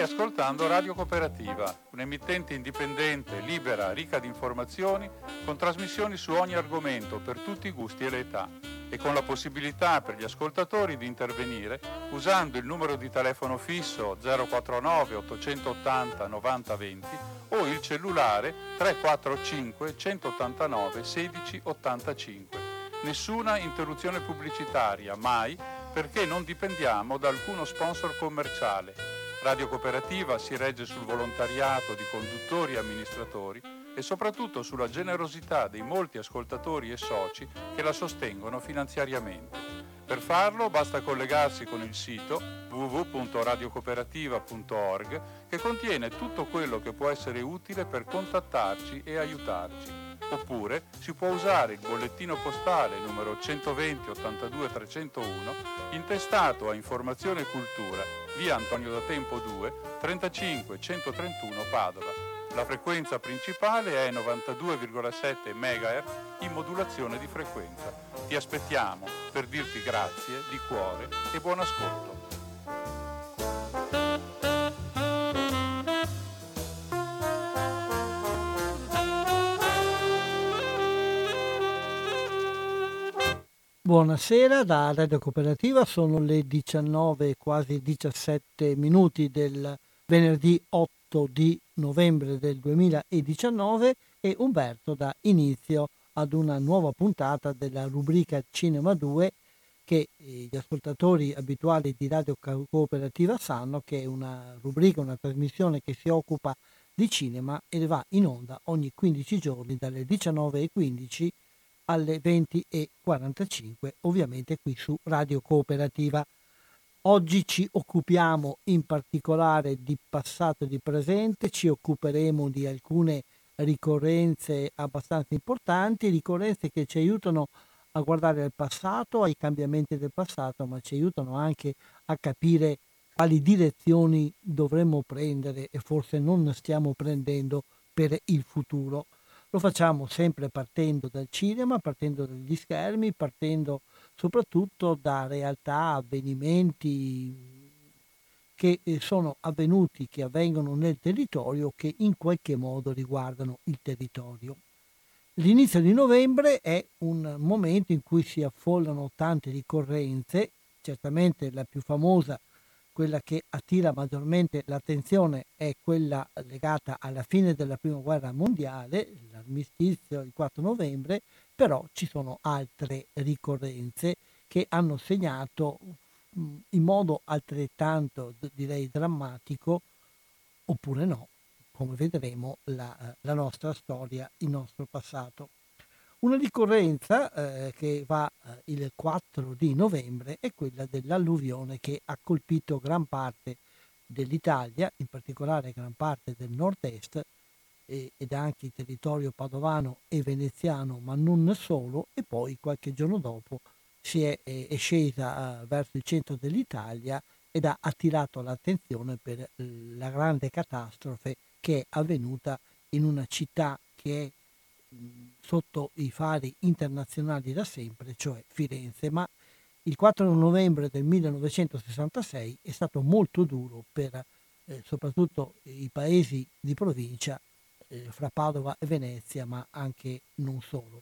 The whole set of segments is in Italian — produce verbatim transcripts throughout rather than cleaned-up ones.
ascoltando Radio Cooperativa, un'emittente indipendente, libera, ricca di informazioni, con trasmissioni su ogni argomento per tutti i gusti e le età, e con la possibilità per gli ascoltatori di intervenire usando il numero di telefono fisso zero quattro nove ottocentoottanta novanta venti o il cellulare tre quattro cinque centottantanove sedici ottantacinque. Nessuna interruzione pubblicitaria, mai, perché non dipendiamo da alcuno sponsor commerciale. Radio Cooperativa si regge sul volontariato di conduttori e amministratori e soprattutto sulla generosità dei molti ascoltatori e soci che la sostengono finanziariamente. Per farlo basta collegarsi con il sito w w w punto radiocooperativa punto org, che contiene tutto quello che può essere utile per contattarci e aiutarci. Oppure si può usare il bollettino postale numero centoventi ottantadue trecentouno, intestato a Informazione e Cultura, via Antonio da Tempo due, trentacinque centotrentuno Padova. La frequenza principale è novantadue virgola sette megahertz in modulazione di frequenza. Ti aspettiamo per dirti grazie di cuore e buon ascolto. Buonasera da Radio Cooperativa, sono le diciannove, quasi diciassette minuti del venerdì otto di novembre del duemiladiciannove e Umberto dà inizio ad una nuova puntata della rubrica Cinema due che gli ascoltatori abituali di Radio Cooperativa sanno che è una rubrica, una trasmissione che si occupa di cinema e va in onda ogni quindici giorni dalle diciannove e quindici alle venti e quarantacinque, ovviamente qui su Radio Cooperativa. Oggi ci occupiamo in particolare di passato e di presente, ci occuperemo di alcune ricorrenze abbastanza importanti, ricorrenze che ci aiutano a guardare al passato, ai cambiamenti del passato, ma ci aiutano anche a capire quali direzioni dovremmo prendere e forse non stiamo prendendo per il futuro. Lo facciamo sempre partendo dal cinema, partendo dagli schermi, partendo soprattutto da realtà, avvenimenti che sono avvenuti, che avvengono nel territorio, che in qualche modo riguardano il territorio. L'inizio di novembre è un momento in cui si affollano tante ricorrenze, certamente la più famosa, quella che attira maggiormente l'attenzione, è quella legata alla fine della Prima Guerra Mondiale, l'armistizio il quattro novembre, però ci sono altre ricorrenze che hanno segnato in modo altrettanto, direi, drammatico, oppure no, come vedremo, la, la nostra storia, il nostro passato. Una ricorrenza eh, che va eh, il quattro di novembre è quella dell'alluvione che ha colpito gran parte dell'Italia, in particolare gran parte del nord-est eh, ed anche il territorio padovano e veneziano, ma non solo, e poi qualche giorno dopo si è, è, è scesa eh, verso il centro dell'Italia ed ha attirato l'attenzione per eh, la grande catastrofe che è avvenuta in una città che è sotto i fari internazionali da sempre, cioè Firenze, ma il quattro novembre del millenovecentosessantasei è stato molto duro per eh, soprattutto i paesi di provincia, eh, fra Padova e Venezia, ma anche non solo.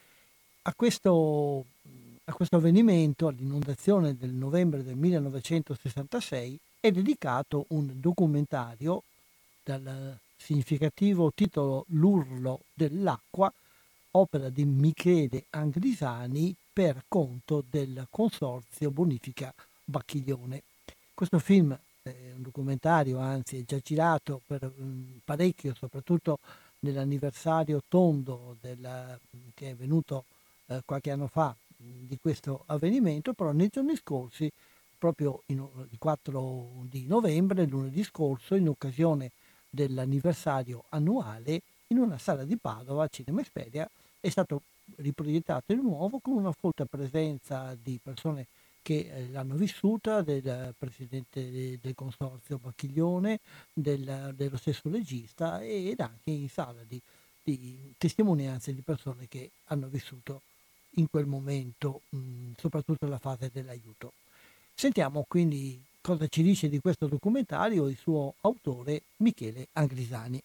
A questo, a questo avvenimento, all'inondazione del novembre del millenovecentosessantasei, è dedicato un documentario dal significativo titolo L'urlo dell'acqua, opera di Michele Angrisani per conto del Consorzio Bonifica Bacchiglione. Questo film è un documentario, anzi è già girato per um, parecchio, soprattutto nell'anniversario tondo del, che è venuto eh, qualche anno fa mh, di questo avvenimento, però nei giorni scorsi, proprio in, il quattro di novembre, lunedì scorso, in occasione dell'anniversario annuale, in una sala di Padova, Cinema Esperia, è stato riproiettato di nuovo con una folta presenza di persone che eh, l'hanno vissuta, del presidente de, del consorzio Bacchiglione, del, dello stesso regista ed anche in sala di, di testimonianze di persone che hanno vissuto in quel momento mh, soprattutto la fase dell'aiuto. Sentiamo quindi cosa ci dice di questo documentario il suo autore Michele Angrisani.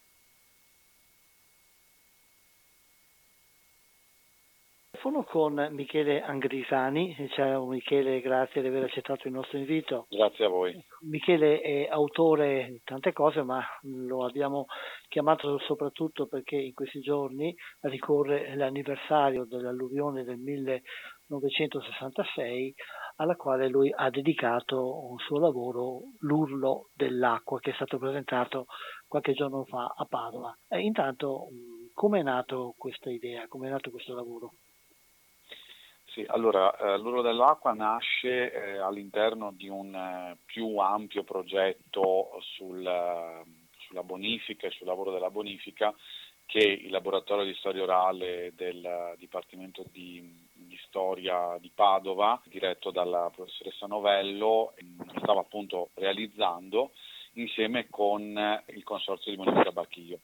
Sono con Michele Angrisani. Ciao Michele, grazie di aver accettato il nostro invito. Grazie a voi. Michele è autore di tante cose, ma lo abbiamo chiamato soprattutto perché in questi giorni ricorre l'anniversario dell'alluvione del millenovecentosessantasei, alla quale lui ha dedicato un suo lavoro, L'urlo dell'acqua, che è stato presentato qualche giorno fa a Padova. E intanto, come è nato questa idea, come è nato questo lavoro? Sì, allora, eh, l'Urlo dell'acqua nasce eh, all'interno di un eh, più ampio progetto sul, eh, sulla bonifica e sul lavoro della bonifica che il laboratorio di storia orale del Dipartimento di, di Storia di Padova, diretto dalla professoressa Novello, stava appunto realizzando insieme con il Consorzio di Bonifica Bacchio.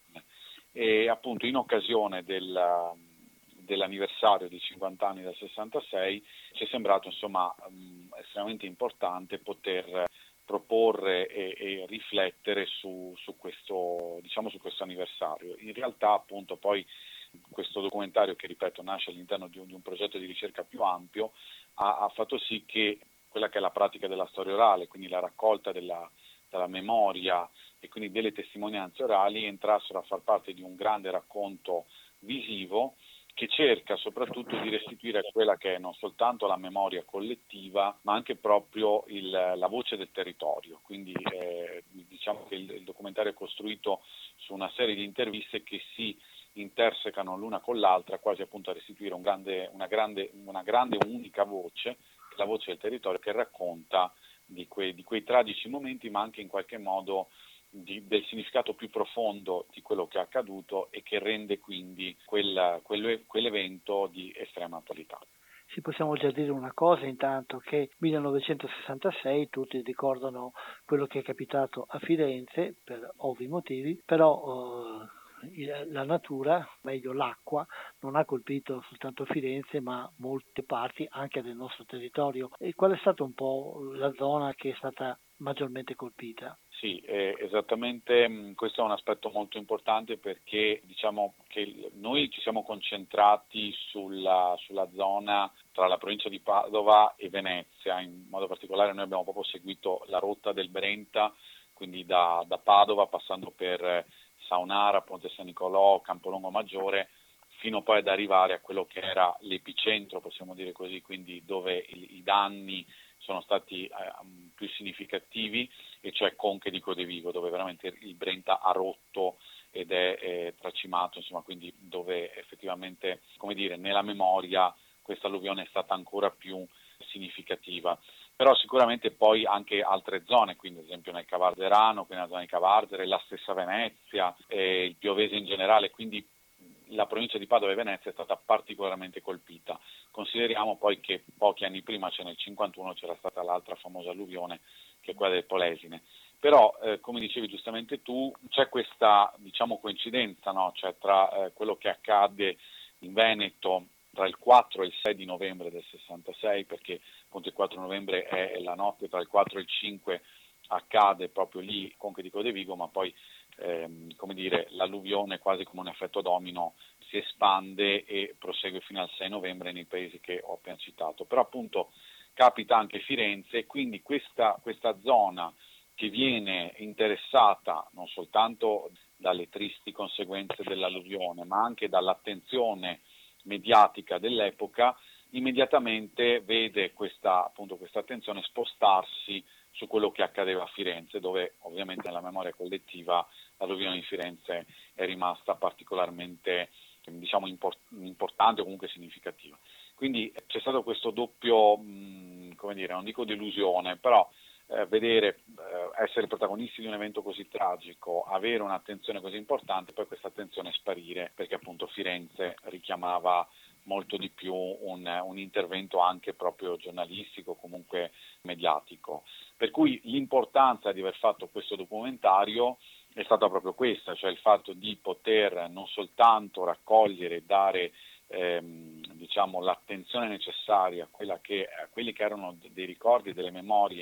E appunto in occasione del dell'anniversario di cinquanta anni dal sessantasei ci è sembrato insomma mh, estremamente importante poter proporre e, e riflettere su, su questo diciamo su questo anniversario. In realtà appunto poi questo documentario, che ripeto nasce all'interno di un, di un progetto di ricerca più ampio, ha, ha fatto sì che quella che è la pratica della storia orale, quindi la raccolta della, della memoria e quindi delle testimonianze orali, entrassero a far parte di un grande racconto visivo che cerca soprattutto di restituire quella che è non soltanto la memoria collettiva, ma anche proprio il, la voce del territorio. Quindi eh, diciamo che il, il documentario è costruito su una serie di interviste che si intersecano l'una con l'altra, quasi appunto a restituire un grande, una, grande, una grande unica voce, la voce del territorio, che racconta di quei, di quei tragici momenti, ma anche in qualche modo Di, del significato più profondo di quello che è accaduto e che rende quindi quel, quel, quell'evento di estrema attualità. Sì, possiamo già dire una cosa intanto, che millenovecentosessantasei tutti ricordano quello che è capitato a Firenze per ovvi motivi, però eh, la natura, meglio l'acqua, non ha colpito soltanto Firenze ma molte parti anche del nostro territorio. E qual è stata un po' la zona che è stata maggiormente colpita? Sì, eh, esattamente, mh, questo è un aspetto molto importante, perché diciamo che noi ci siamo concentrati sulla, sulla zona tra la provincia di Padova e Venezia. In modo particolare noi abbiamo proprio seguito la rotta del Brenta, quindi da, da Padova passando per Saonara, Ponte San Nicolò, Campolongo Maggiore, fino poi ad arrivare a quello che era l'epicentro, possiamo dire così, quindi dove i, i danni sono stati eh, più significativi, e cioè Conche di Codevigo, dove veramente il Brenta ha rotto ed è eh, tracimato, insomma, quindi dove effettivamente, come dire, nella memoria questa alluvione è stata ancora più significativa. Però sicuramente poi anche altre zone, quindi ad esempio nel Cavarzerano, quindi nella zona di Cavarzere, la stessa Venezia, eh, il Piovese in generale, quindi la provincia di Padova e Venezia è stata particolarmente colpita. Consideriamo poi che pochi anni prima, cioè nel cinquantuno, c'era stata l'altra famosa alluvione, che è quella del Polesine. Però, eh, come dicevi giustamente tu, c'è questa, diciamo, coincidenza, no? Cioè tra eh, quello che accade in Veneto tra il quattro e il sei di novembre del sessantasei, perché appunto il quattro novembre è la notte tra il quattro e il cinque, accade proprio lì Conche di Codevigo, ma poi ehm, come dire, l'alluvione, quasi come un effetto domino, si espande e prosegue fino al sei novembre nei paesi che ho appena citato. Però appunto capita anche Firenze, e quindi questa, questa zona che viene interessata non soltanto dalle tristi conseguenze dell'alluvione, ma anche dall'attenzione mediatica dell'epoca, immediatamente vede questa, appunto, questa attenzione spostarsi su quello che accadeva a Firenze, dove ovviamente nella memoria collettiva l'alluvione di Firenze è rimasta particolarmente, diciamo, import- importante o comunque significativa. Quindi c'è stato questo doppio, mh, come dire, non dico delusione, però eh, vedere, eh, essere protagonisti di un evento così tragico, avere un'attenzione così importante, poi questa attenzione sparire, perché appunto Firenze richiamava molto di più un, un intervento anche proprio giornalistico, comunque mediatico. Per cui l'importanza di aver fatto questo documentario è stata proprio questa, cioè il fatto di poter non soltanto raccogliere e dare ehm, diciamo, l'attenzione necessaria a, quella che, a quelli che erano dei ricordi, delle memorie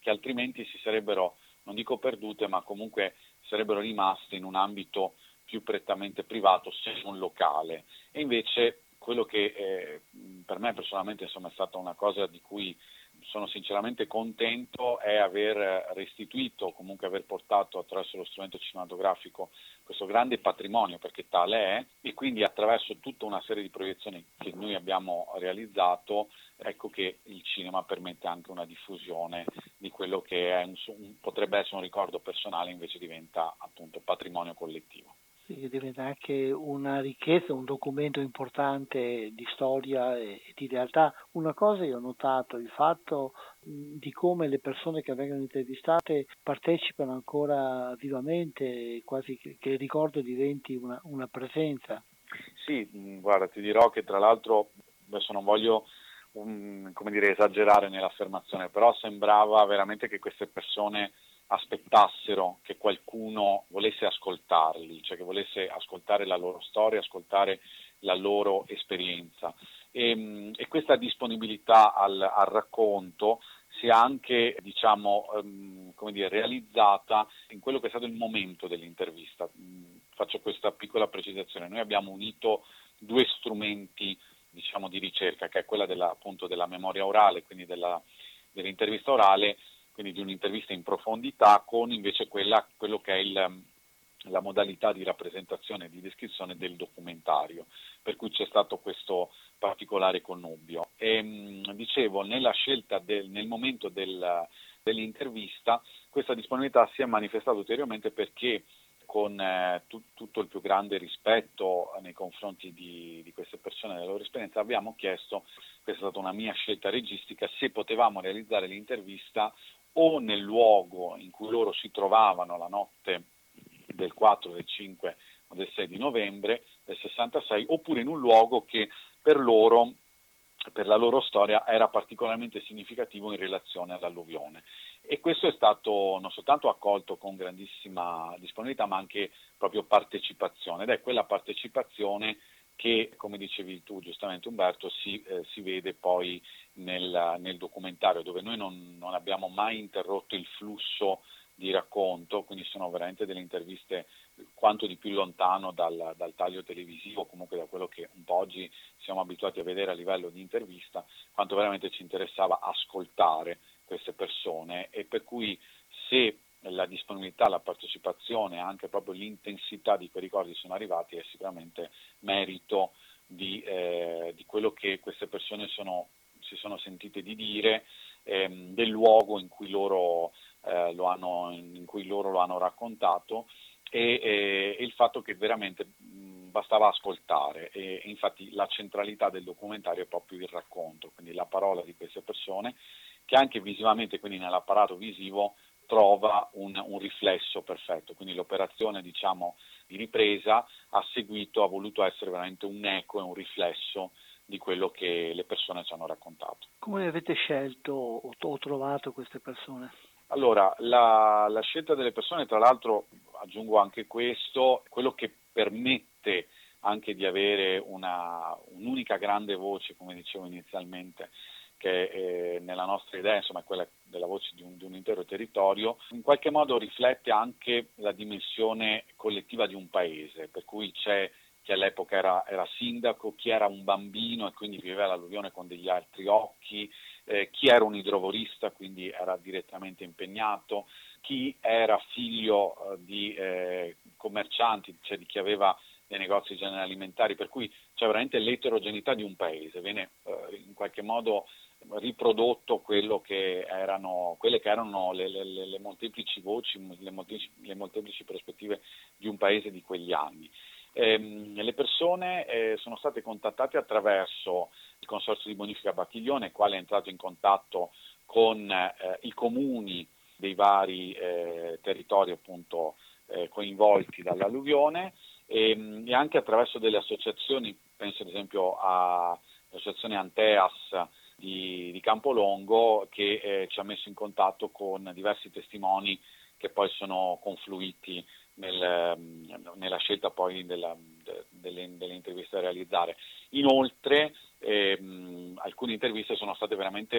che altrimenti si sarebbero, non dico perdute, ma comunque sarebbero rimaste in un ambito più prettamente privato, se non locale. E invece quello che eh, per me personalmente insomma, è stata una cosa di cui sono sinceramente contento è aver restituito, comunque aver portato attraverso lo strumento cinematografico questo grande patrimonio, perché tale è, e quindi attraverso tutta una serie di proiezioni che noi abbiamo realizzato, ecco che il cinema permette anche una diffusione di quello che è un, un, potrebbe essere un ricordo personale, invece diventa appunto patrimonio collettivo. Sì, diventa anche una ricchezza, un documento importante di storia e di realtà. Una cosa io ho notato, il fatto di come le persone che vengono intervistate partecipano ancora vivamente, quasi che il ricordo diventi una, una presenza. Sì, guarda, ti dirò che tra l'altro, adesso non voglio um, come dire, esagerare nell'affermazione, però sembrava veramente che queste persone aspettassero che qualcuno volesse ascoltarli, cioè che volesse ascoltare la loro storia, ascoltare la loro esperienza. E, e questa disponibilità al, al racconto si è anche, diciamo, um, come dire, realizzata in quello che è stato il momento dell'intervista. Um, faccio questa piccola precisazione. Noi abbiamo unito due strumenti, diciamo, di ricerca, che è quella della, appunto, della memoria orale, quindi della, dell'intervista orale, quindi di un'intervista in profondità, con invece quella, quello che è il, la modalità di rappresentazione e di descrizione del documentario, per cui c'è stato questo particolare connubio. E, mh, dicevo, nella scelta del, nel momento del, dell'intervista, questa disponibilità si è manifestata ulteriormente perché con eh, tu, tutto il più grande rispetto nei confronti di, di queste persone e della loro esperienza, abbiamo chiesto, questa è stata una mia scelta registica, se potevamo realizzare l'intervista o nel luogo in cui loro si trovavano la notte del quattro, del cinque o del sei di novembre del sessantasei, oppure in un luogo che per loro, per la loro storia, era particolarmente significativo in relazione all'alluvione. E questo è stato non soltanto accolto con grandissima disponibilità, ma anche proprio partecipazione, ed è quella partecipazione che, come dicevi tu giustamente Umberto, si, eh, si vede poi nel, nel documentario, dove noi non, non abbiamo mai interrotto il flusso di racconto, quindi sono veramente delle interviste quanto di più lontano dal, dal taglio televisivo, comunque da quello che un po' oggi siamo abituati a vedere a livello di intervista, quanto veramente ci interessava ascoltare queste persone, e per cui se la disponibilità, la partecipazione, anche proprio l'intensità di quei ricordi sono arrivati, è sicuramente merito di, eh, di quello che queste persone sono, si sono sentite di dire, ehm, del luogo in cui loro eh, lo hanno, in cui loro lo hanno raccontato, e, e, e il fatto che veramente mh, bastava ascoltare, e, e infatti la centralità del documentario è proprio il racconto, quindi la parola di queste persone, che anche visivamente, quindi nell'apparato visivo, trova un, un riflesso perfetto, quindi l'operazione, diciamo, di ripresa ha seguito, ha voluto essere veramente un eco e un riflesso di quello che le persone ci hanno raccontato. Come avete scelto o, o trovato queste persone? Allora, la, la scelta delle persone, tra l'altro, aggiungo anche questo, quello che permette anche di avere una, un'unica grande voce, come dicevo inizialmente, che eh, nella nostra idea, insomma, è quella della voce di un, di un intero territorio, in qualche modo riflette anche la dimensione collettiva di un paese, per cui c'è chi all'epoca era, era sindaco, chi era un bambino e quindi viveva l'alluvione con degli altri occhi, eh, chi era un idrovorista, quindi era direttamente impegnato, chi era figlio eh, di eh, commercianti, cioè di chi aveva dei negozi generali alimentari, per cui c'è veramente l'eterogeneità di un paese, viene eh, in qualche modo riprodotto quello che erano, quelle che erano le, le, le molteplici voci, le molteplici, le molteplici prospettive di un paese di quegli anni. Eh, le persone eh, sono state contattate attraverso il Consorzio di Bonifica Bacchiglione, il quale è entrato in contatto con eh, i comuni dei vari eh, territori appunto eh, coinvolti dall'alluvione, e, e anche attraverso delle associazioni, penso ad esempio all'associazione Anteas di, di Campolongo, che eh, ci ha messo in contatto con diversi testimoni che poi sono confluiti nel, nella scelta poi della, de, delle, delle interviste da realizzare. Inoltre ehm, alcune interviste sono state veramente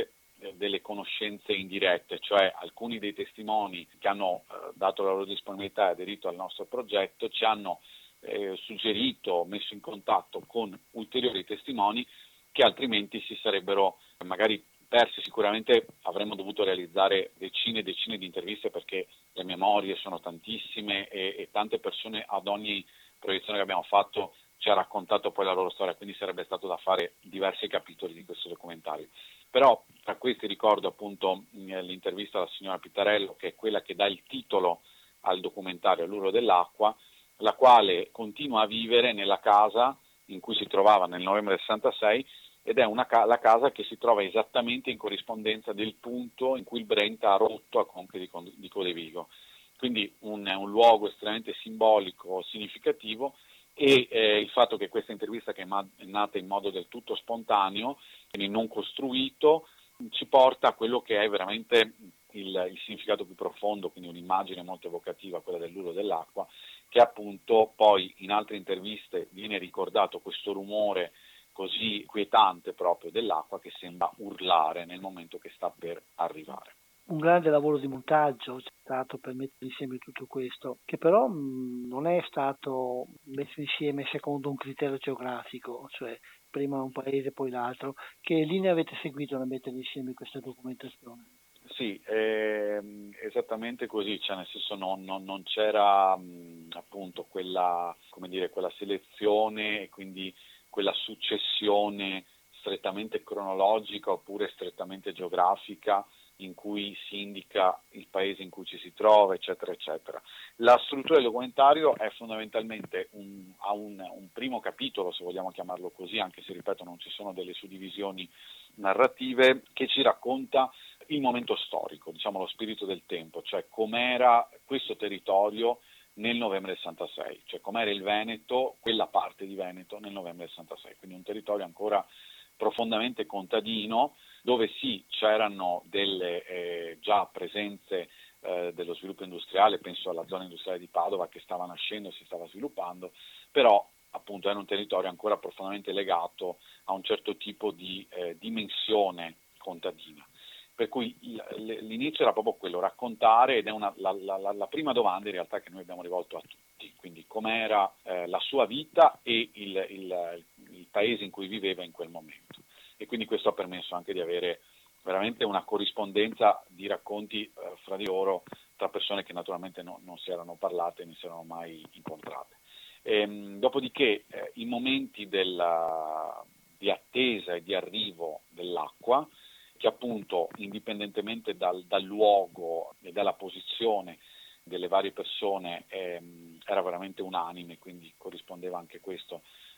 eh, delle conoscenze indirette, cioè alcuni dei testimoni che hanno eh, dato la loro disponibilità e aderito al nostro progetto ci hanno eh, suggerito, messo in contatto con ulteriori testimoni che altrimenti si sarebbero magari persi. Sicuramente avremmo dovuto realizzare decine e decine di interviste perché le memorie sono tantissime e, e tante persone ad ogni proiezione che abbiamo fatto ci ha raccontato poi la loro storia, quindi sarebbe stato da fare diversi capitoli di questo documentario. Però tra questi ricordo appunto l'intervista alla signora Pittarello, che è quella che dà il titolo al documentario L'Urlo dell'Acqua, la quale continua a vivere nella casa in cui si trovava nel novembre del sessantasei, ed è una ca- la casa che si trova esattamente in corrispondenza del punto in cui il Brenta ha rotto a Conche di, Con- di Codevigo. Quindi un, un luogo estremamente simbolico, significativo, e eh, il fatto che questa intervista, che è, ma- è nata in modo del tutto spontaneo, quindi non costruito, ci porta a quello che è veramente il, il significato più profondo, quindi un'immagine molto evocativa, quella dell'urlo dell'acqua, che appunto poi in altre interviste viene ricordato questo rumore così quietante proprio dell'acqua che sembra urlare nel momento che sta per arrivare. Un grande lavoro di montaggio c'è stato per mettere insieme tutto questo, che però mh, non è stato messo insieme secondo un criterio geografico, cioè prima un paese poi l'altro. Che linee avete seguito nel mettere insieme questa documentazione? Sì, ehm, esattamente così, cioè nel senso non, non, non c'era mh, appunto quella, come dire, quella selezione e quindi quella successione strettamente cronologica oppure strettamente geografica in cui si indica il paese in cui ci si trova, eccetera, eccetera. La struttura del documentario è fondamentalmente un, ha un, un primo capitolo, se vogliamo chiamarlo così, anche se, ripeto, non ci sono delle suddivisioni narrative, che ci racconta il momento storico, diciamo lo spirito del tempo, cioè com'era questo territorio nel novembre del sessantasei, cioè com'era il Veneto, quella parte di Veneto nel novembre del sessantasei, quindi un territorio ancora profondamente contadino, dove sì, c'erano delle eh, già presenze eh, dello sviluppo industriale, penso alla zona industriale di Padova che stava nascendo, si stava sviluppando, però appunto era un territorio ancora profondamente legato a un certo tipo di eh, dimensione contadina. Per cui l'inizio era proprio quello, raccontare, ed è una, la, la, la prima domanda in realtà che noi abbiamo rivolto a tutti, quindi com'era eh, la sua vita e il, il, il paese in cui viveva in quel momento. E quindi questo ha permesso anche di avere veramente una corrispondenza di racconti eh, fra di loro, tra persone che naturalmente no, non si erano parlate, non si erano mai incontrate. Ehm, dopodiché eh, i momenti della, di attesa e di arrivo dell'acqua, che appunto indipendentemente dal, dal luogo e dalla posizione delle varie persone ehm, era veramente unanime, quindi corrispondeva anche questo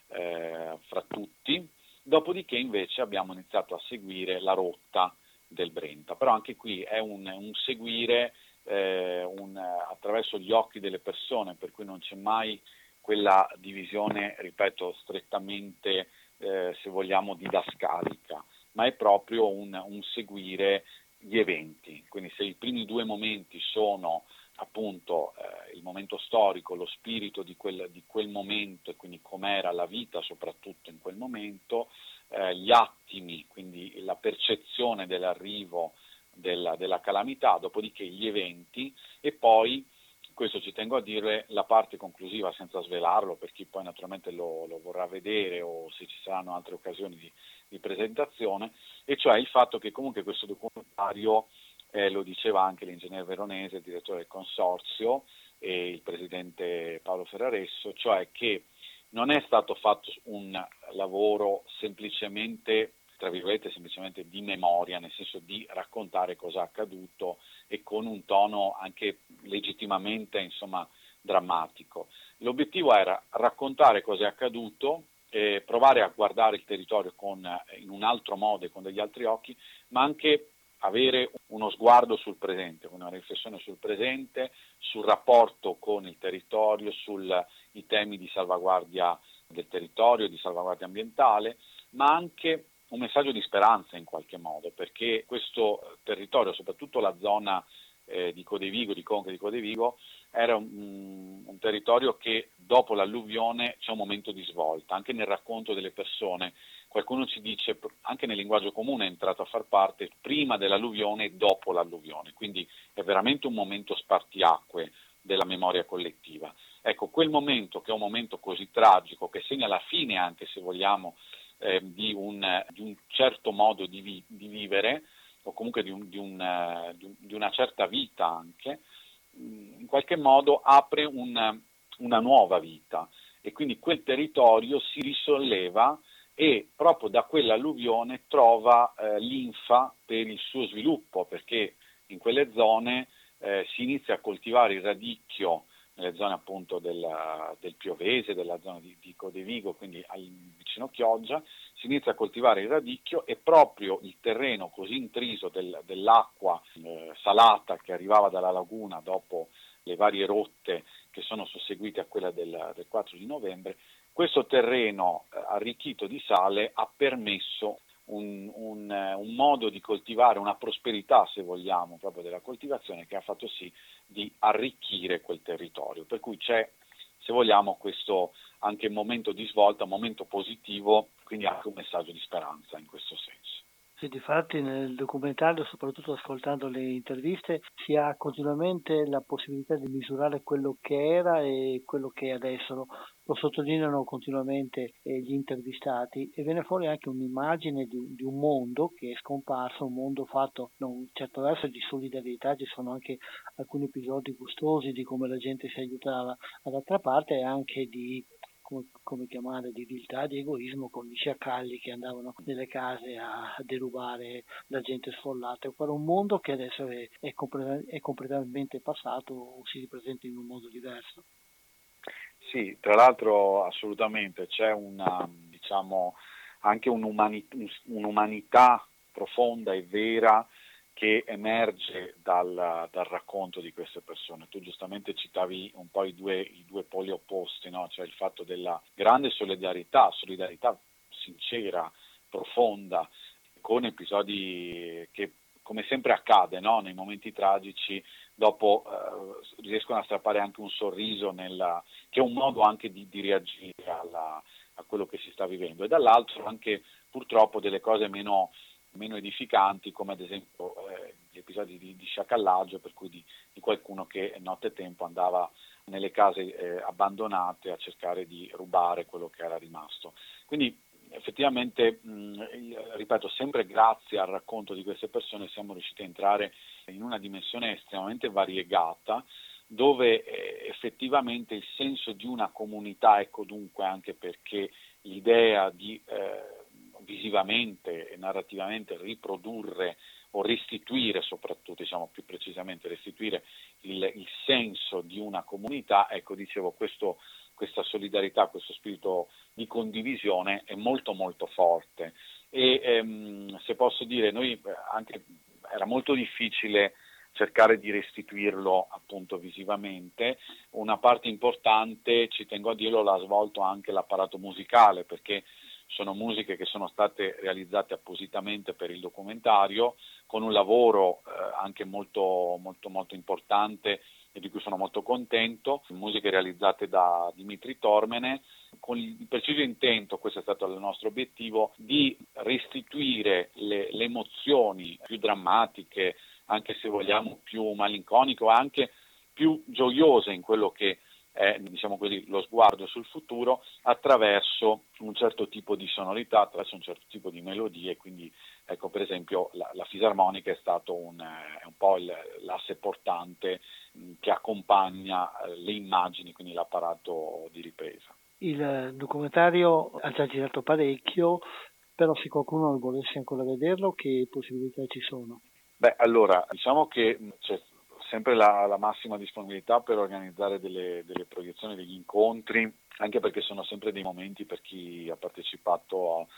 eh, fra tutti. Dopodiché invece abbiamo iniziato a seguire la rotta del Brenta, però anche qui è un, un seguire eh, un, attraverso gli occhi delle persone, per cui non c'è mai quella divisione, ripeto, strettamente eh, se vogliamo didascalica, ma è proprio un, un seguire gli eventi. Quindi se i primi due momenti sono appunto eh, il momento storico, lo spirito di quel, di quel momento e quindi com'era la vita soprattutto in quel momento, eh, gli attimi, quindi la percezione dell'arrivo della, della calamità, dopodiché gli eventi e poi, questo ci tengo a dire, la parte conclusiva senza svelarlo per chi poi naturalmente lo, lo vorrà vedere o se ci saranno altre occasioni di, di presentazione, e cioè il fatto che comunque questo documentario, eh, lo diceva anche l'ingegnere Veronese, il direttore del consorzio, e il presidente Paolo Ferraresso, cioè che non è stato fatto un lavoro semplicemente, tra virgolette, semplicemente di memoria, nel senso di raccontare cosa è accaduto e con un tono anche legittimamente, insomma, drammatico. L'obiettivo era raccontare cosa è accaduto, eh, provare a guardare il territorio con, in un altro modo e con degli altri occhi, ma anche avere uno sguardo sul presente, una riflessione sul presente, sul rapporto con il territorio, sui temi di salvaguardia del territorio, di salvaguardia ambientale, ma anche un messaggio di speranza in qualche modo, perché questo territorio, soprattutto la zona eh, di Codevigo, di Conca di Codevigo, era un, un territorio che dopo l'alluvione c'è un momento di svolta, anche nel racconto delle persone. Qualcuno ci dice, anche nel linguaggio comune è entrato a far parte prima dell'alluvione e dopo l'alluvione, quindi è veramente un momento spartiacque della memoria collettiva. Ecco, quel momento, che è un momento così tragico, che segna la fine anche, se vogliamo, eh, di, un, di un certo modo di, vi, di vivere, o comunque di, un, di, un, di, un, di una certa vita anche, in qualche modo apre un, una nuova vita, e quindi quel territorio si risolleva e proprio da quell'alluvione trova eh, linfa per il suo sviluppo, perché in quelle zone eh, si inizia a coltivare il radicchio, nelle zone appunto del, del Piovese, della zona di, di Codevigo, quindi al, vicino Chioggia, si inizia a coltivare il radicchio, e proprio il terreno così intriso del, dell'acqua eh, salata che arrivava dalla laguna dopo le varie rotte che sono susseguite a quella del, del quattro di novembre, questo terreno eh, arricchito di sale ha permesso un, un, un modo di coltivare, una prosperità, se vogliamo, proprio della coltivazione, che ha fatto sì di arricchire quel territorio. Per cui c'è, se vogliamo, questo anche momento di svolta, un momento positivo, quindi anche un messaggio di speranza in questo senso. Sì, difatti nel documentario, soprattutto ascoltando le interviste, si ha continuamente la possibilità di misurare quello che era e quello che è adesso. Lo, lo sottolineano continuamente eh, gli intervistati, e viene fuori anche un'immagine di, di un mondo che è scomparso, un mondo fatto da un certo verso di solidarietà. Ci sono anche alcuni episodi gustosi di come la gente si aiutava, dall'altra parte anche di Come, come chiamare, di viltà, di egoismo, con gli sciacalli che andavano nelle case a, a derubare la gente sfollata. È un mondo che adesso è, è, complet- è completamente passato, o si ripresenta in un modo diverso. Sì, tra l'altro assolutamente c'è una, diciamo, anche un'umani- un'umanità profonda e vera che emerge dal, dal racconto di queste persone. Tu giustamente citavi un po' i due, i due poli opposti, no? Cioè il fatto della grande solidarietà, solidarietà sincera, profonda, con episodi che, come sempre accade, no? Nei momenti tragici, dopo eh, riescono a strappare anche un sorriso, nella, che è un modo anche di, di reagire alla, a quello che si sta vivendo, e dall'altro anche purtroppo delle cose meno meno edificanti, come ad esempio eh, gli episodi di, di sciacallaggio, per cui di, di qualcuno che nottetempo andava nelle case eh, abbandonate a cercare di rubare quello che era rimasto. Quindi effettivamente, mh, ripeto, sempre grazie al racconto di queste persone siamo riusciti a entrare in una dimensione estremamente variegata, dove eh, effettivamente il senso di una comunità, ecco dunque anche perché l'idea di eh, visivamente e narrativamente riprodurre o restituire, soprattutto diciamo più precisamente restituire il, il senso di una comunità, ecco dicevo questo, questa solidarietà, questo spirito di condivisione è molto molto forte, e ehm, se posso dire noi anche era molto difficile cercare di restituirlo appunto visivamente. Una parte importante, ci tengo a dirlo, l'ha svolto anche l'apparato musicale, perché sono musiche che sono state realizzate appositamente per il documentario, con un lavoro eh, anche molto, molto, molto importante e di cui sono molto contento, musiche realizzate da Dimitri Tormene, con il preciso intento, questo è stato il nostro obiettivo, di restituire le, le emozioni più drammatiche, anche se vogliamo più malinconiche, o anche più gioiose in quello che è, diciamo così, lo sguardo sul futuro, attraverso un certo tipo di sonorità, attraverso un certo tipo di melodie. Quindi ecco, per esempio la, la fisarmonica è stato un, è un po' il, l'asse portante mh, che accompagna eh, le immagini, quindi l'apparato di ripresa. Il documentario ha già girato parecchio, però se qualcuno non volesse ancora vederlo, che possibilità ci sono? Beh, allora, diciamo che c'è sempre la, la massima disponibilità per organizzare delle, delle proiezioni, degli incontri, anche perché sono sempre dei momenti per chi ha partecipato a,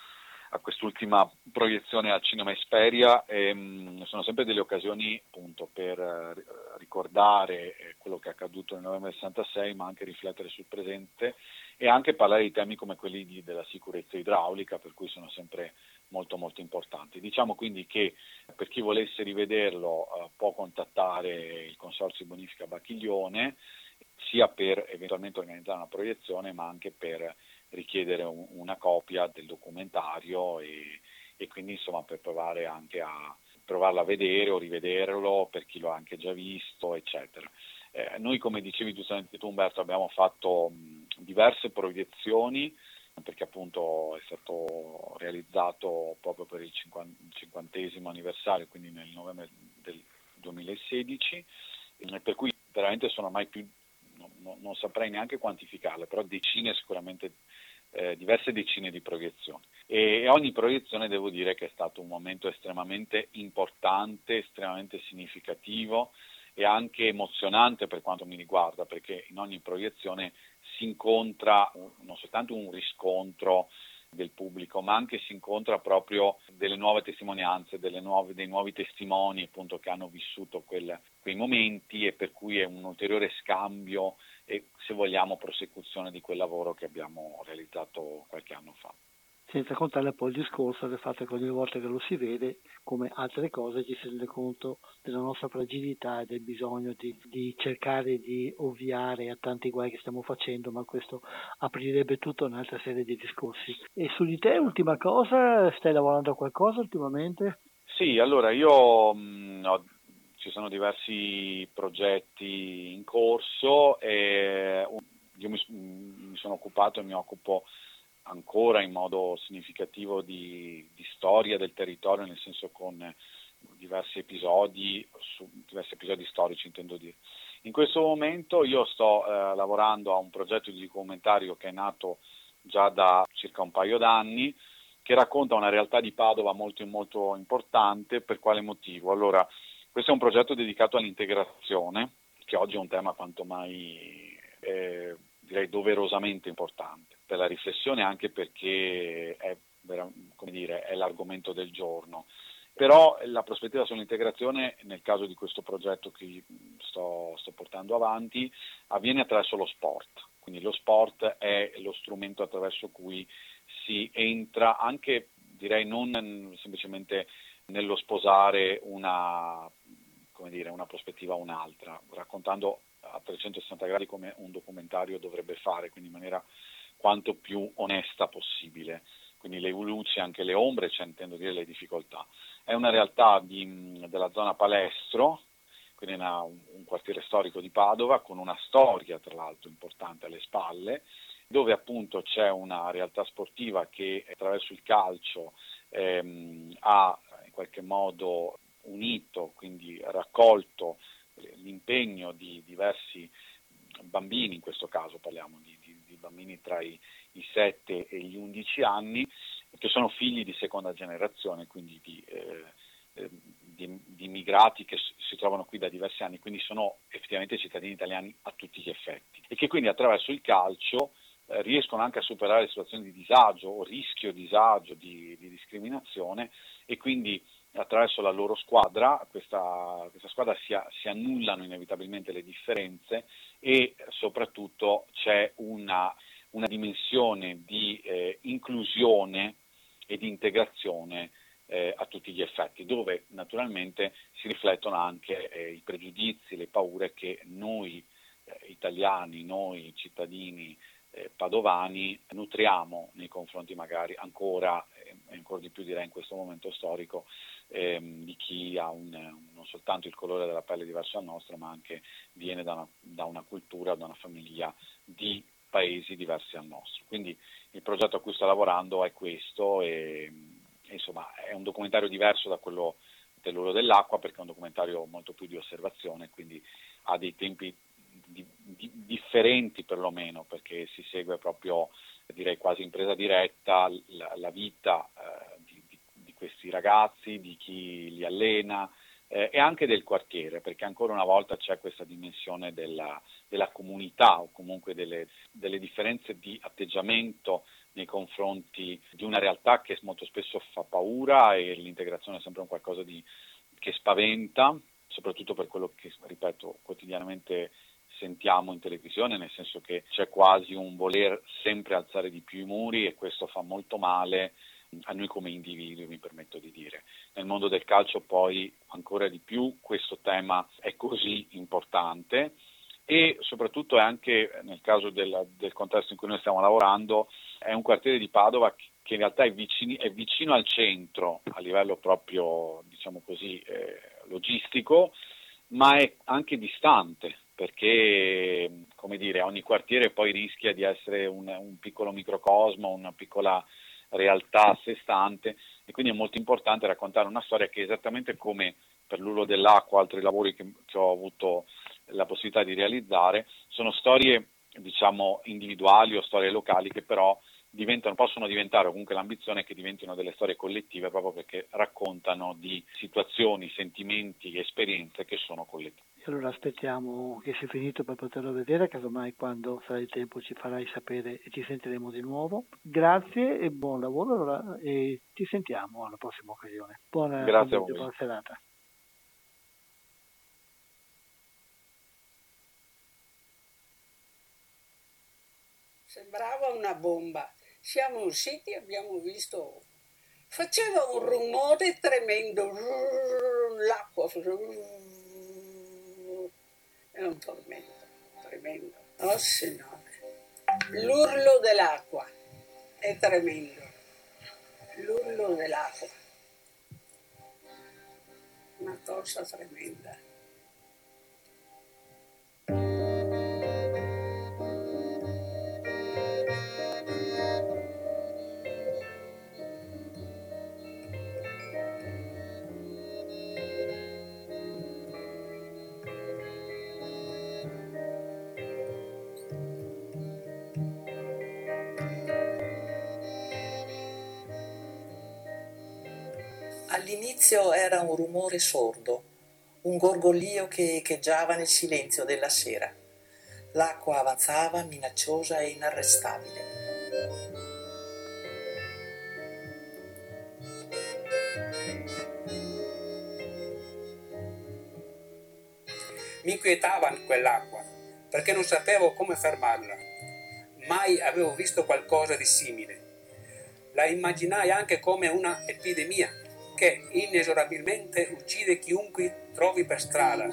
a quest'ultima proiezione al Cinema Esperia. E, mh, sono sempre delle occasioni appunto per eh, ricordare eh, quello che è accaduto nel novembre del sessantasei, ma anche riflettere sul presente e anche parlare di temi come quelli di, della sicurezza idraulica, per cui sono sempre molto molto importanti. Diciamo quindi che per chi volesse rivederlo eh, può contattare il Consorzio Bonifica Bacchiglione, sia per eventualmente organizzare una proiezione, ma anche per richiedere un, una copia del documentario e, e quindi insomma per provare anche a provarlo a vedere o rivederlo per chi lo ha anche già visto, eccetera. Eh, noi, come dicevi giustamente tu, Umberto, abbiamo fatto mh, diverse proiezioni, perché appunto è stato realizzato proprio per il cinquantesimo anniversario, quindi nel novembre del duemilasedici, eh, per cui veramente sono ormai più, no, no, non saprei neanche quantificarle, però decine sicuramente, eh, diverse decine di proiezioni. E, e ogni proiezione devo dire che è stato un momento estremamente importante, estremamente significativo e anche emozionante per quanto mi riguarda, perché in ogni proiezione si incontra non soltanto un riscontro del pubblico, ma anche si incontra proprio delle nuove testimonianze, delle nuove, dei nuovi testimoni appunto che hanno vissuto quel, quei momenti, e per cui è un ulteriore scambio e, se vogliamo, prosecuzione di quel lavoro che abbiamo realizzato qualche anno fa. Senza contare poi il discorso del fatto che ogni volta che lo si vede, come altre cose, ci si rende conto della nostra fragilità e del bisogno di, di cercare di ovviare a tanti guai che stiamo facendo, ma questo aprirebbe tutta un'altra serie di discorsi. E su di te, ultima cosa, stai lavorando a qualcosa ultimamente? Sì, allora io mh, ho, ci sono diversi progetti in corso e io mi, mi sono occupato e mi occupo ancora in modo significativo di, di storia del territorio, nel senso con diversi episodi, su, diversi episodi storici intendo dire. In questo momento io sto eh, lavorando a un progetto di documentario che è nato già da circa un paio d'anni, che racconta una realtà di Padova molto molto importante. Per quale motivo? Allora, questo è un progetto dedicato all'integrazione, che oggi è un tema quanto mai eh, direi doverosamente importante per la riflessione, anche perché è, come dire, è l'argomento del giorno. Però la prospettiva sull'integrazione, nel caso di questo progetto che sto, sto portando avanti, avviene attraverso lo sport. Quindi lo sport è lo strumento attraverso cui si entra anche, direi, non semplicemente nello sposare una, come dire, una prospettiva o un'altra, raccontando a trecentosessanta gradi come un documentario dovrebbe fare, quindi in maniera quanto più onesta possibile, quindi le luci e anche le ombre, cioè intendo dire le difficoltà. È una realtà di, della zona Palestro, quindi una, un quartiere storico di Padova, con una storia tra l'altro importante alle spalle, dove appunto c'è una realtà sportiva che attraverso il calcio ehm, ha in qualche modo unito, quindi raccolto l'impegno di diversi bambini, in questo caso parliamo di, di, di bambini tra i, i sette e gli undici anni, che sono figli di seconda generazione, quindi di, eh, di, di immigrati che si trovano qui da diversi anni, quindi sono effettivamente cittadini italiani a tutti gli effetti, e che quindi attraverso il calcio eh, riescono anche a superare le situazioni di disagio o rischio disagio, di, di discriminazione, e quindi attraverso la loro squadra, questa, questa squadra si, si annullano inevitabilmente le differenze, e soprattutto c'è una, una dimensione di eh, inclusione e di integrazione eh, a tutti gli effetti, dove naturalmente si riflettono anche eh, i pregiudizi, le paure che noi eh, italiani, noi cittadini eh, padovani nutriamo nei confronti magari ancora, e eh, ancora di più direi in questo momento storico, ehm, di chi ha un, non soltanto il colore della pelle diverso dal nostro, ma anche viene da una, da una cultura, da una famiglia di paesi diversi dal nostro. Quindi il progetto a cui sto lavorando è questo, e, e insomma è un documentario diverso da quello dell'Oro dell'Acqua, perché è un documentario molto più di osservazione, quindi ha dei tempi di, di, differenti perlomeno, perché si segue proprio, direi quasi in presa diretta, la, la vita eh, di, di, di questi ragazzi, di chi li allena, eh, e anche del quartiere, perché ancora una volta c'è questa dimensione della, della comunità, o comunque delle, delle differenze di atteggiamento nei confronti di una realtà che molto spesso fa paura, e l'integrazione è sempre un qualcosa di, che spaventa, soprattutto per quello che, ripeto, quotidianamente sentiamo in televisione, nel senso che c'è quasi un voler sempre alzare di più i muri, e questo fa molto male a noi come individui, mi permetto di dire. Nel mondo del calcio poi ancora di più questo tema è così importante, e soprattutto è anche nel caso del, del contesto in cui noi stiamo lavorando, è un quartiere di Padova che in realtà è, vicini, è vicino al centro a livello proprio, diciamo così, eh, logistico, ma è anche distante, perché, come dire, ogni quartiere poi rischia di essere un, un piccolo microcosmo, una piccola realtà a sé stante, e quindi è molto importante raccontare una storia che, esattamente come per l'Urlo dell'Acqua, altri lavori che, che ho avuto la possibilità di realizzare, sono storie, diciamo, individuali o storie locali che però diventano, possono diventare, o comunque l'ambizione è che diventino delle storie collettive, proprio perché raccontano di situazioni, sentimenti, esperienze che sono collettive. E allora aspettiamo che sia finito per poterlo vedere, casomai quando sarà il tempo ci farai sapere e ci sentiremo di nuovo. Grazie e buon lavoro, allora, e ci sentiamo alla prossima occasione. Buona, Grazie a voi. buona serata. Sembrava una bomba. Siamo usciti e abbiamo visto, faceva un rumore tremendo, l'acqua, è un tormento tremendo. Oh Signore, l'urlo dell'acqua è tremendo, l'urlo dell'acqua, una cosa tremenda. All'inizio era un rumore sordo, un gorgoglio che echeggiava nel silenzio della sera. L'acqua avanzava minacciosa e inarrestabile. Mi inquietava quell'acqua, perché non sapevo come fermarla. Mai avevo visto qualcosa di simile. La immaginai anche come una epidemia che inesorabilmente uccide chiunque trovi per strada.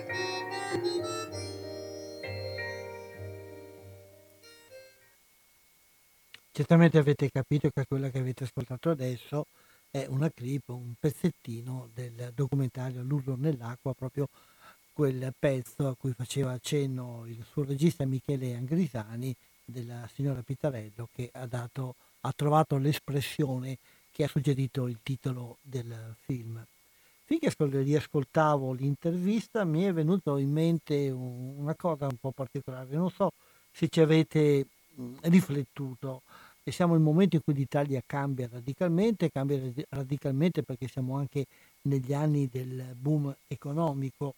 Certamente avete capito che quella che avete ascoltato adesso è una clip, un pezzettino del documentario L'urlo nell'acqua, proprio quel pezzo a cui faceva accenno il suo regista Michele Angrisani, della signora Pitarello, che ha, dato, ha trovato l'espressione che ha suggerito il titolo del film. Finché riascoltavo l'intervista mi è venuto in mente una cosa un po' particolare, non so se ci avete riflettuto. E siamo nel momento in cui l'Italia cambia radicalmente, cambia radicalmente perché siamo anche negli anni del boom economico,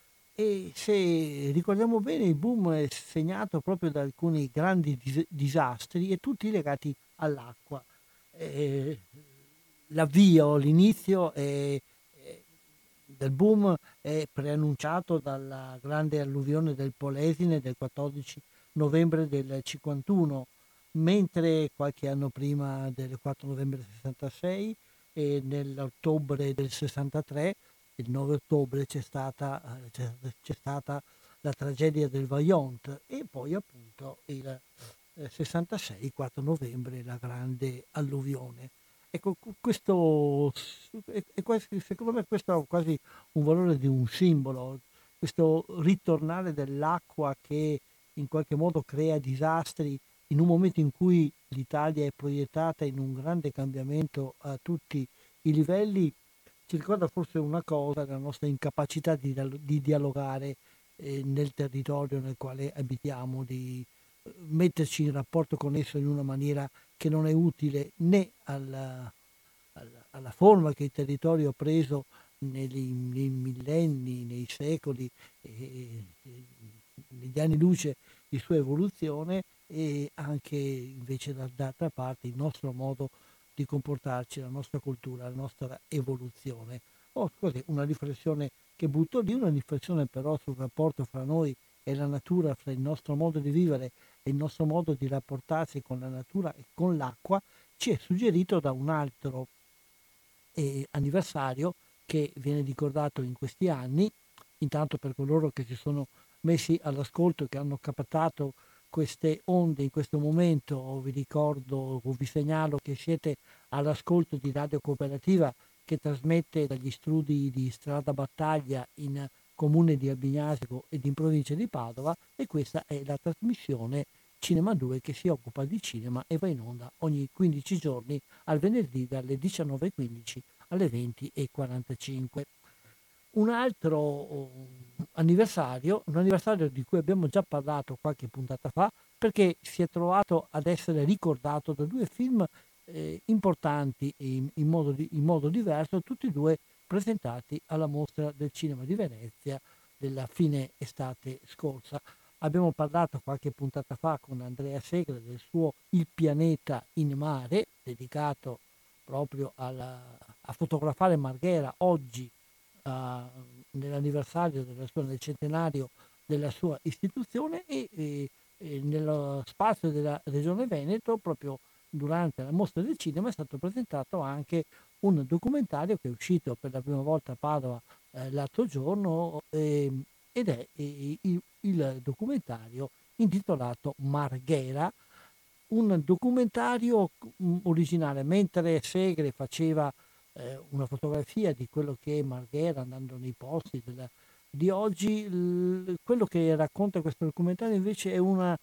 e se ricordiamo bene il boom è segnato proprio da alcuni grandi dis- disastri e tutti legati all'acqua. Eh, l'avvio, l'inizio è, è, del boom è preannunciato dalla grande alluvione del Polesine del quattordici novembre del cinquantuno, mentre qualche anno prima del quattro novembre del sessantasei e nell'ottobre del sessantatré, il nove ottobre, c'è stata, c'è, c'è stata la tragedia del Vajont, e poi appunto il sessantasei, quattro novembre, la grande alluvione. Ecco, questo, secondo me questo ha quasi un valore di un simbolo, questo ritornare dell'acqua che in qualche modo crea disastri in un momento in cui l'Italia è proiettata in un grande cambiamento a tutti i livelli. Ci ricorda forse una cosa, la nostra incapacità di, di dialogare eh, nel territorio nel quale abitiamo, di eh, metterci in rapporto con esso in una maniera che non è utile né alla, alla, alla forma che il territorio ha preso negli, nei millenni, nei secoli, eh, eh, negli anni luce di sua evoluzione, e anche invece dall'altra parte il nostro modo di comportarci, la nostra cultura, la nostra evoluzione. Oh, così, una riflessione che butto lì, una riflessione però sul rapporto fra noi e la natura, fra il nostro modo di vivere e il nostro modo di rapportarsi con la natura e con l'acqua, ci è suggerito da un altro eh, anniversario che viene ricordato in questi anni, intanto per coloro che si sono messi all'ascolto e che hanno captato queste onde in questo momento, vi ricordo o vi segnalo che siete all'ascolto di Radio Cooperativa che trasmette dagli studi di Strada Battaglia in comune di Albignasco ed in provincia di Padova, e questa è la trasmissione Cinema due che si occupa di cinema e va in onda ogni quindici giorni al venerdì dalle diciannove e quindici alle venti e quarantacinque. Un altro oh, anniversario, un anniversario di cui abbiamo già parlato qualche puntata fa, perché si è trovato ad essere ricordato da due film eh, importanti in, in, modo di, in modo diverso, tutti e due presentati alla Mostra del Cinema di Venezia della fine estate scorsa. Abbiamo parlato qualche puntata fa con Andrea Segre del suo Il pianeta in mare, dedicato proprio alla, a fotografare Marghera oggi, uh, nell'anniversario della sua, nel centenario della sua istituzione, e, e, e nello spazio della Regione Veneto, proprio durante la Mostra del Cinema, è stato presentato anche un documentario che è uscito per la prima volta a Padova eh, l'altro giorno, eh, ed è eh, il, il documentario intitolato Marghera, un documentario mh, originale. Mentre Segre faceva eh, una fotografia di quello che è Marghera andando nei posti della, di oggi, l, quello che racconta questo documentario invece è una,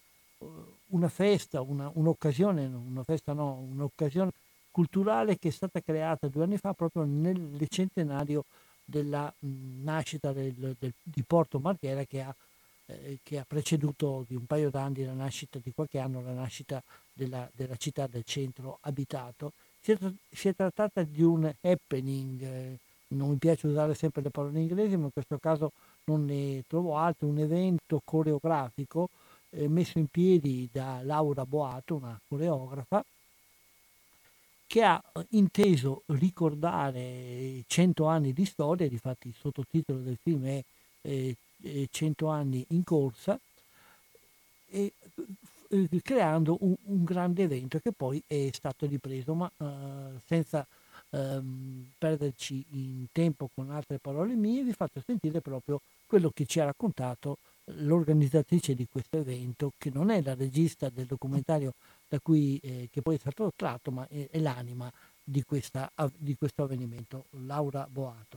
una festa, una, un'occasione, una festa no, un'occasione culturale che è stata creata due anni fa proprio nel centenario della mh, nascita del, del, di Porto Marghera, che ha eh, che ha preceduto di un paio d'anni la nascita, di qualche anno, la nascita della, della città del centro abitato. Si è, si è trattata di un happening, eh, non mi piace usare sempre le parole inglesi, ma in questo caso non ne trovo altro, un evento coreografico eh, messo in piedi da Laura Boato, una coreografa, che ha inteso ricordare cento anni di storia. Difatti il sottotitolo del film è eh, cento anni in corsa, e eh, creando un, un grande evento che poi è stato ripreso, ma eh, senza ehm, perderci in tempo con altre parole mie, vi faccio sentire proprio quello che ci ha raccontato l'organizzatrice di questo evento, che non è la regista del documentario da cui eh, che poi è stato tratto, ma è, è l'anima di, questa, di questo avvenimento, Laura Boato.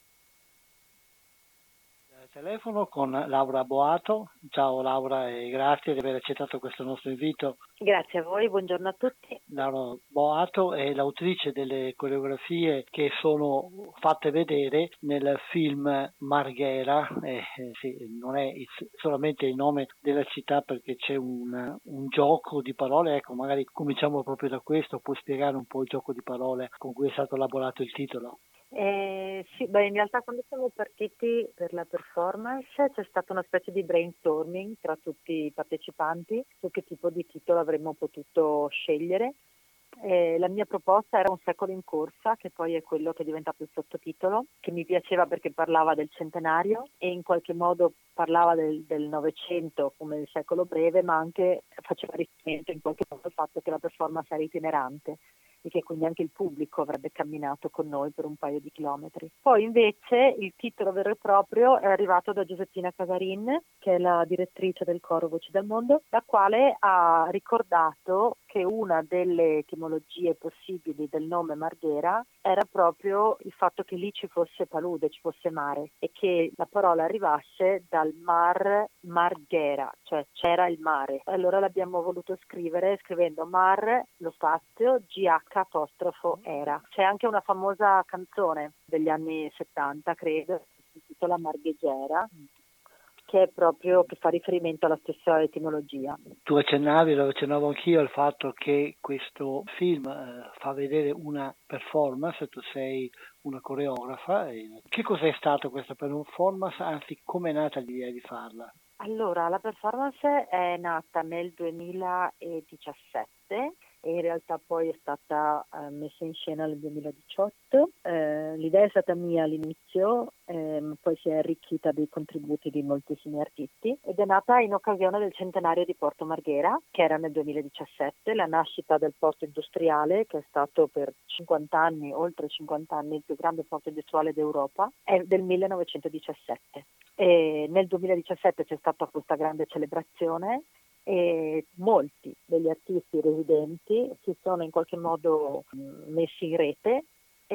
Telefono con Laura Boato. Ciao Laura e grazie di aver accettato questo nostro invito. Grazie a voi, buongiorno a tutti. Laura Boato è l'autrice delle coreografie che sono fatte vedere nel film Marghera. Eh, sì, non è solamente il nome della città, perché c'è un, un gioco di parole. Ecco, magari cominciamo proprio da questo. Puoi spiegare un po' il gioco di parole con cui è stato elaborato il titolo? Eh, sì, beh, in realtà quando siamo partiti per la performance c'è stata una specie di brainstorming tra tutti i partecipanti su che tipo di titolo avremmo potuto scegliere. Eh, la mia proposta era Un secolo in corsa, che poi è quello che è diventato il sottotitolo, che mi piaceva perché parlava del centenario e in qualche modo parlava del, del Novecento come il secolo breve, ma anche faceva riferimento in qualche modo al fatto che la performance era itinerante e che quindi anche il pubblico avrebbe camminato con noi per un paio di chilometri. Poi invece il titolo vero e proprio è arrivato da Giuseppina Casarin, che è la direttrice del coro Voci del Mondo, la quale ha ricordato che una delle etimologie possibili del nome Marghera era proprio il fatto che lì ci fosse palude, ci fosse mare, e che la parola arrivasse dal mar Marghera, cioè c'era il mare. Allora l'abbiamo voluto scrivere scrivendo mar, lo spazio, G H apostrofo era. C'è anche una famosa canzone degli anni settanta, credo, si intitola Marghegera, che è proprio, che fa riferimento alla stessa etimologia. Tu accennavi, lo accennavo anch'io, al fatto che questo film eh, fa vedere una performance, tu sei una coreografa. E che cos'è stata questa performance, anzi come è nata l'idea di farla? Allora, la performance è nata nel duemiladiciassette e in realtà poi è stata eh, messa in scena nel duemiladiciotto. Eh, l'idea è stata mia all'inizio, ehm, poi si è arricchita dei contributi di moltissimi artisti ed è nata in occasione del centenario di Porto Marghera, che era nel duemiladiciassette, la nascita del porto industriale, che è stato per cinquanta anni, oltre cinquanta anni, il più grande porto industriale d'Europa, è del millenovecentodiciassette. E nel duemiladiciassette c'è stata questa grande celebrazione e molti degli artisti residenti si sono in qualche modo messi in rete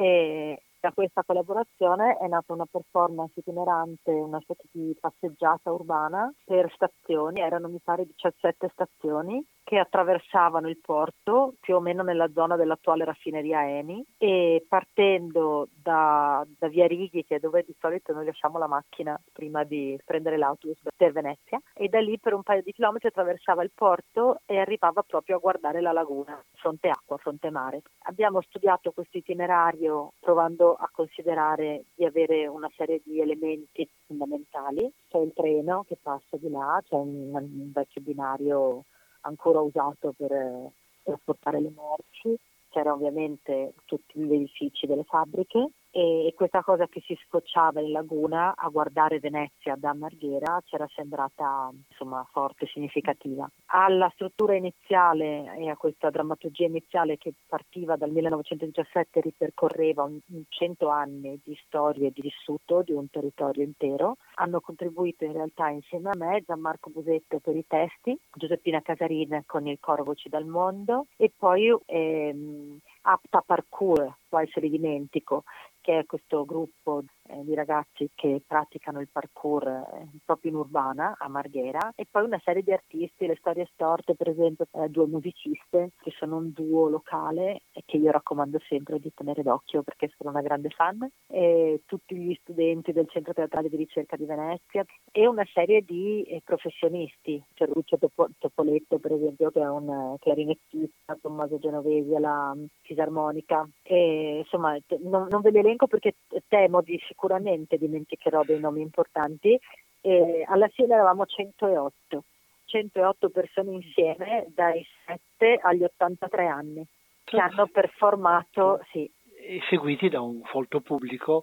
e da questa collaborazione è nata una performance itinerante, una specie di passeggiata urbana per stazioni, erano mi pare diciassette stazioni che attraversavano il porto più o meno nella zona dell'attuale raffineria Eni e partendo da, da Via Righi, che è dove di solito noi lasciamo la macchina prima di prendere l'autobus per Venezia, e da lì per un paio di chilometri attraversava il porto e arrivava proprio a guardare la laguna, fronte acqua, fronte mare. Abbiamo studiato questo itinerario provando a considerare di avere una serie di elementi fondamentali. C'è il treno che passa di là, c'è un, un vecchio binario ancora usato per eh, trasportare le merci, c'era ovviamente tutti gli edifici delle fabbriche e, e questa cosa che si scocciava in laguna a guardare Venezia da Marghera c'era sembrata insomma forte, significativa. Alla struttura iniziale e a questa drammaturgia iniziale che partiva dal millenovecentodiciassette ripercorreva un, un cento anni di storia e di vissuto di un territorio intero, hanno contribuito in realtà insieme a me Gianmarco Busetto per i testi, Giuseppina Casarin con il coro Voci dal Mondo e poi ehm, Apta Parkour, poi se li dimentico, che è questo gruppo eh, di ragazzi che praticano il parkour eh, proprio in urbana a Marghera e poi una serie di artisti, le storie storte per esempio eh, due musiciste che sono un duo locale e che io raccomando sempre di tenere d'occhio perché sono una grande fan, e tutti gli studenti del Centro Teatrale di Ricerca di Venezia e una serie di eh, professionisti, Ferruccio Topo- Topoletto per esempio che è un uh, clarinettista, Tommaso Genovesi alla um, fisarmonica e insomma t- non, non ve li elenco perché temo di sicuramente dimenticherò dei nomi importanti e alla fine eravamo centootto persone insieme dai sette agli ottantatré anni che hanno performato, sì. E seguiti da un folto pubblico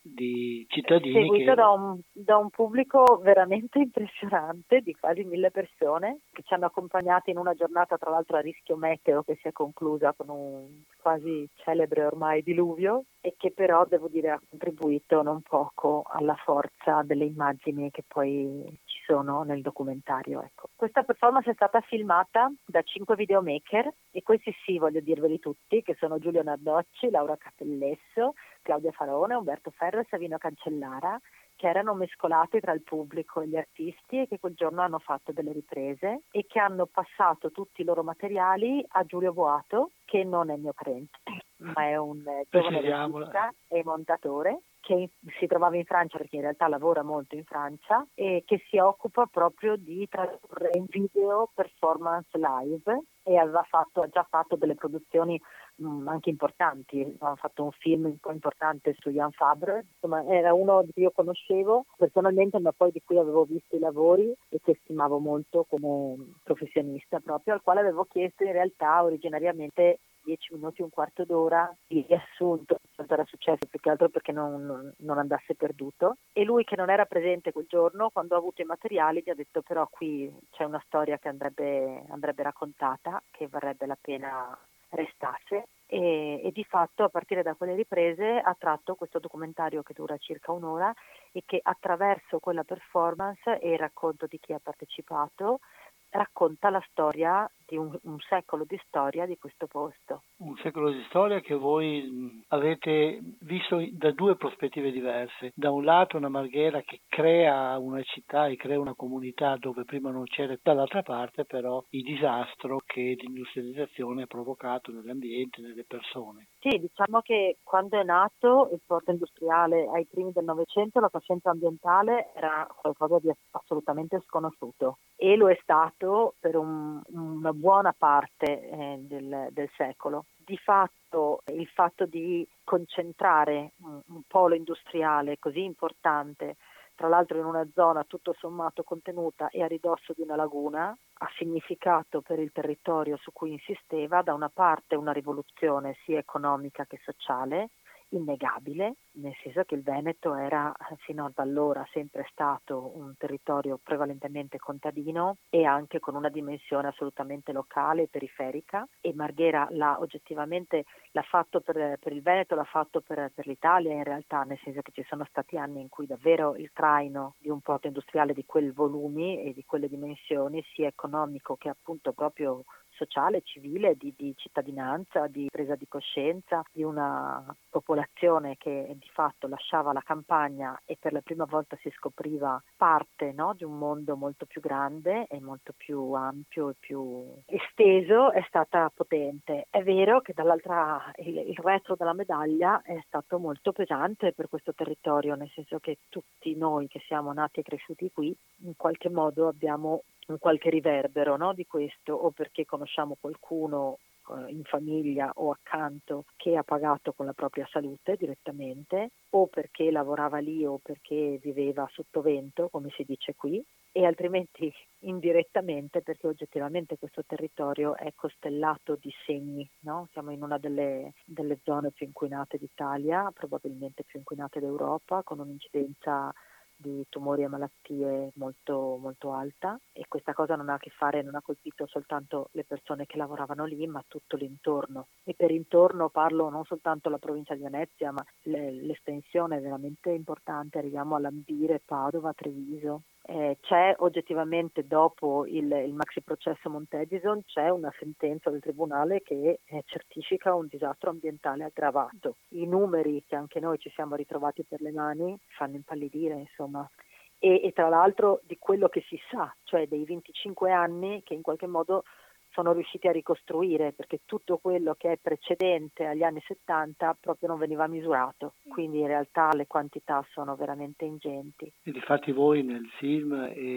di cittadini seguito che... da, un, da un pubblico veramente impressionante di quasi mille persone che ci hanno accompagnati in una giornata tra l'altro a rischio meteo che si è conclusa con un quasi celebre ormai diluvio e che però devo dire ha contribuito non poco alla forza delle immagini che poi ci sono nel documentario. Ecco. Questa performance è stata filmata da cinque videomaker e questi sì voglio dirveli tutti che sono Giulio Nardocci, Laura Capellesso, Claudia Faraone, Umberto Ferro e Savino Cancellara, che erano mescolati tra il pubblico e gli artisti e che quel giorno hanno fatto delle riprese e che hanno passato tutti i loro materiali a Giulio Boato, che non è mio parente, ma è un giovane regista e montatore che si trovava in Francia perché in realtà lavora molto in Francia e che si occupa proprio di tradurre in video performance live e aveva fatto, ha già fatto delle produzioni mh, anche importanti, ha fatto un film un po' importante su Jan Fabre, insomma era uno che io conoscevo personalmente ma poi di cui avevo visto i lavori e che stimavo molto come professionista proprio, al quale avevo chiesto in realtà originariamente dieci minuti, un quarto d'ora di riassunto di cosa era successo, più che altro perché non, non, non andasse perduto. E lui che non era presente quel giorno, quando ha avuto i materiali, gli ha detto però qui c'è una storia che andrebbe, andrebbe raccontata, che varrebbe la pena restasse. E, e di fatto a partire da quelle riprese ha tratto questo documentario che dura circa un'ora e che attraverso quella performance e il racconto di chi ha partecipato racconta la storia di un, un secolo di storia di questo posto. Un secolo di storia che voi avete visto da due prospettive diverse. Da un lato una Marghera che crea una città e crea una comunità dove prima non c'era, dall'altra parte però il disastro che l'industrializzazione ha provocato nell'ambiente, nelle persone. Sì, diciamo che quando è nato il porto industriale ai primi del Novecento la coscienza ambientale era qualcosa di assolutamente sconosciuto e lo è stato per un, una buona parte eh, del, del secolo. Di fatto il fatto di concentrare un, un polo industriale così importante tra l'altro in una zona tutto sommato contenuta e a ridosso di una laguna, ha significato per il territorio su cui insisteva da una parte una rivoluzione sia economica che sociale, innegabile, nel senso che il Veneto era fino ad allora sempre stato un territorio prevalentemente contadino e anche con una dimensione assolutamente locale e periferica, e Marghera l'ha oggettivamente l'ha fatto per, per il Veneto, l'ha fatto per, per l'Italia in realtà, nel senso che ci sono stati anni in cui davvero il traino di un porto industriale di quei volumi e di quelle dimensioni, sia economico che appunto proprio sociale, civile, di, di cittadinanza, di presa di coscienza di una popolazione che di fatto lasciava la campagna e per la prima volta si scopriva parte, no, di un mondo molto più grande e molto più ampio e più esteso, è stata potente. È vero che dall'altra il, il retro della medaglia è stato molto pesante per questo territorio, nel senso che tutti noi che siamo nati e cresciuti qui in qualche modo abbiamo un qualche riverbero, no, di questo, o perché conosciamo qualcuno eh, in famiglia o accanto che ha pagato con la propria salute direttamente, o perché lavorava lì o perché viveva sottovento, come si dice qui, e altrimenti indirettamente perché oggettivamente questo territorio è costellato di segni, no? Siamo in una delle, delle zone più inquinate d'Italia, probabilmente più inquinate d'Europa, con un'incidenza di tumori e malattie molto molto alta, e questa cosa non ha a che fare, non ha colpito soltanto le persone che lavoravano lì, ma tutto l'intorno. E per intorno parlo non soltanto la provincia di Venezia, ma le, l'estensione è veramente importante, arriviamo a Lambire, Padova, Treviso. Eh, c'è oggettivamente dopo il, il maxi processo Montedison c'è una sentenza del tribunale che eh, certifica un disastro ambientale aggravato. I numeri che anche noi ci siamo ritrovati per le mani fanno impallidire, insomma, e, e tra l'altro di quello che si sa, cioè dei venticinque anni che in qualche modo sono riusciti a ricostruire, perché tutto quello che è precedente agli anni settanta proprio non veniva misurato, quindi in realtà le quantità sono veramente ingenti. E difatti voi nel film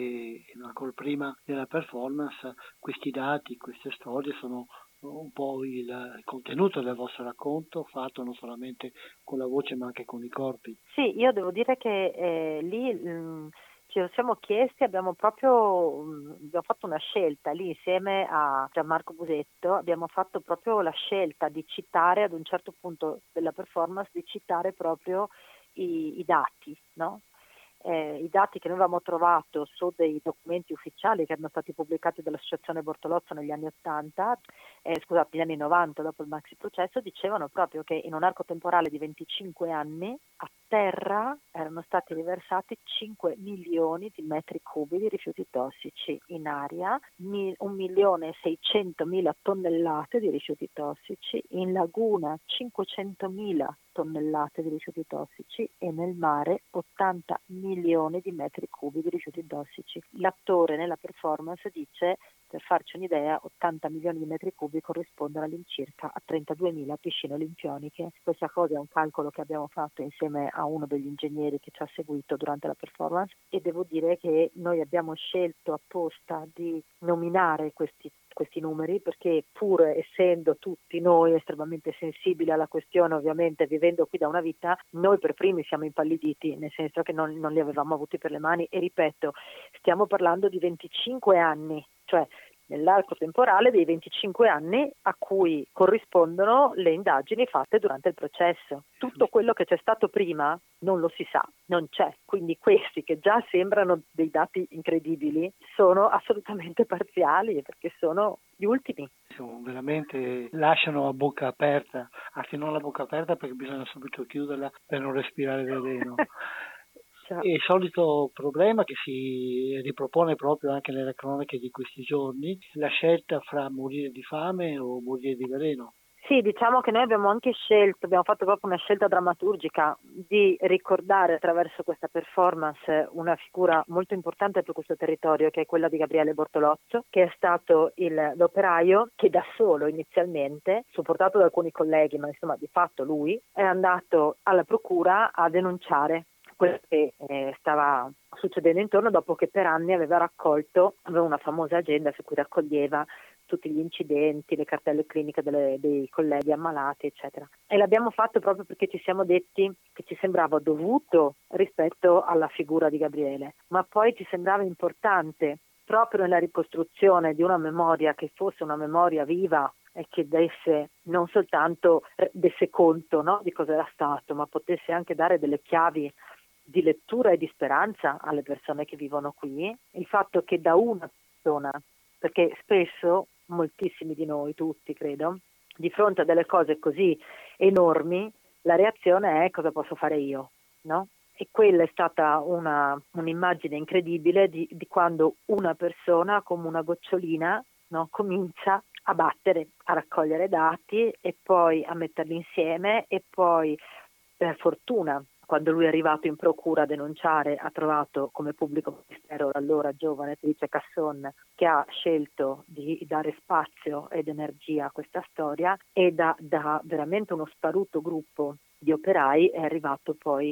e ancora prima nella performance questi dati, queste storie sono un po' il contenuto del vostro racconto, fatto non solamente con la voce ma anche con i corpi. Sì, io devo dire che eh, lì mh, ci siamo chiesti, abbiamo proprio mh, abbiamo fatto una scelta lì insieme a Gianmarco Busetto, abbiamo fatto proprio la scelta di citare ad un certo punto della performance, di citare proprio i, i dati, no? Eh, i dati che noi avevamo trovato su dei documenti ufficiali che erano stati pubblicati dall'associazione Bortolozzo negli anni ottanta, eh, scusate, negli anni novanta dopo il maxi processo, dicevano proprio che in un arco temporale di venticinque anni a terra erano stati riversati cinque milioni di metri cubi di rifiuti tossici, in aria un milione e seicentomila tonnellate di rifiuti tossici, in laguna cinquecentomila tonnellate di rifiuti tossici e nel mare ottanta milioni di metri cubi di rifiuti tossici. L'attore nella performance dice, per farci un'idea, ottanta milioni di metri cubi corrispondono all'incirca a trentaduemila piscine olimpioniche. Questa cosa è un calcolo che abbiamo fatto insieme a uno degli ingegneri che ci ha seguito durante la performance, e devo dire che noi abbiamo scelto apposta di nominare questi questi numeri perché, pur essendo tutti noi estremamente sensibili alla questione, ovviamente vivendo qui da una vita, noi per primi siamo impalliditi, nel senso che non, non li avevamo avuti per le mani, e ripeto, stiamo parlando di venticinque anni, cioè nell'arco temporale dei venticinque anni a cui corrispondono le indagini fatte durante il processo. Tutto quello che c'è stato prima non lo si sa, non c'è, quindi questi che già sembrano dei dati incredibili sono assolutamente parziali perché sono gli ultimi. Veramente lasciano a bocca aperta, anzi non la bocca aperta perché bisogna subito chiuderla per non respirare veleno. E il solito problema che si ripropone proprio anche nelle cronache di questi giorni, la scelta fra morire di fame o morire di veleno. Sì, diciamo che noi abbiamo anche scelto, abbiamo fatto proprio una scelta drammaturgica di ricordare attraverso questa performance una figura molto importante per questo territorio, che è quella di Gabriele Bortolozzo, che è stato il, l'operaio che da solo inizialmente, supportato da alcuni colleghi, ma insomma di fatto lui, è andato alla procura a denunciare quello che eh, stava succedendo intorno, dopo che per anni aveva raccolto, aveva una famosa agenda su cui raccoglieva tutti gli incidenti, le cartelle cliniche delle, dei colleghi ammalati, eccetera. E l'abbiamo fatto proprio perché ci siamo detti che ci sembrava dovuto rispetto alla figura di Gabriele, ma poi ci sembrava importante proprio nella ricostruzione di una memoria che fosse una memoria viva e che desse non soltanto desse conto, no, di cosa era stato, ma potesse anche dare delle chiavi di lettura e di speranza alle persone che vivono qui. Il fatto che da una persona, perché spesso moltissimi di noi, tutti credo, di fronte a delle cose così enormi, la reazione è: cosa posso fare io, no? E quella è stata una, un'immagine incredibile di, di quando una persona, come una gocciolina, no, comincia a battere, a raccogliere dati e poi a metterli insieme, e poi, per fortuna, quando lui è arrivato in procura a denunciare, ha trovato come pubblico ministero l'allora giovane attrice Casson, che ha scelto di dare spazio ed energia a questa storia, e da, da veramente uno sparuto gruppo di operai è arrivato poi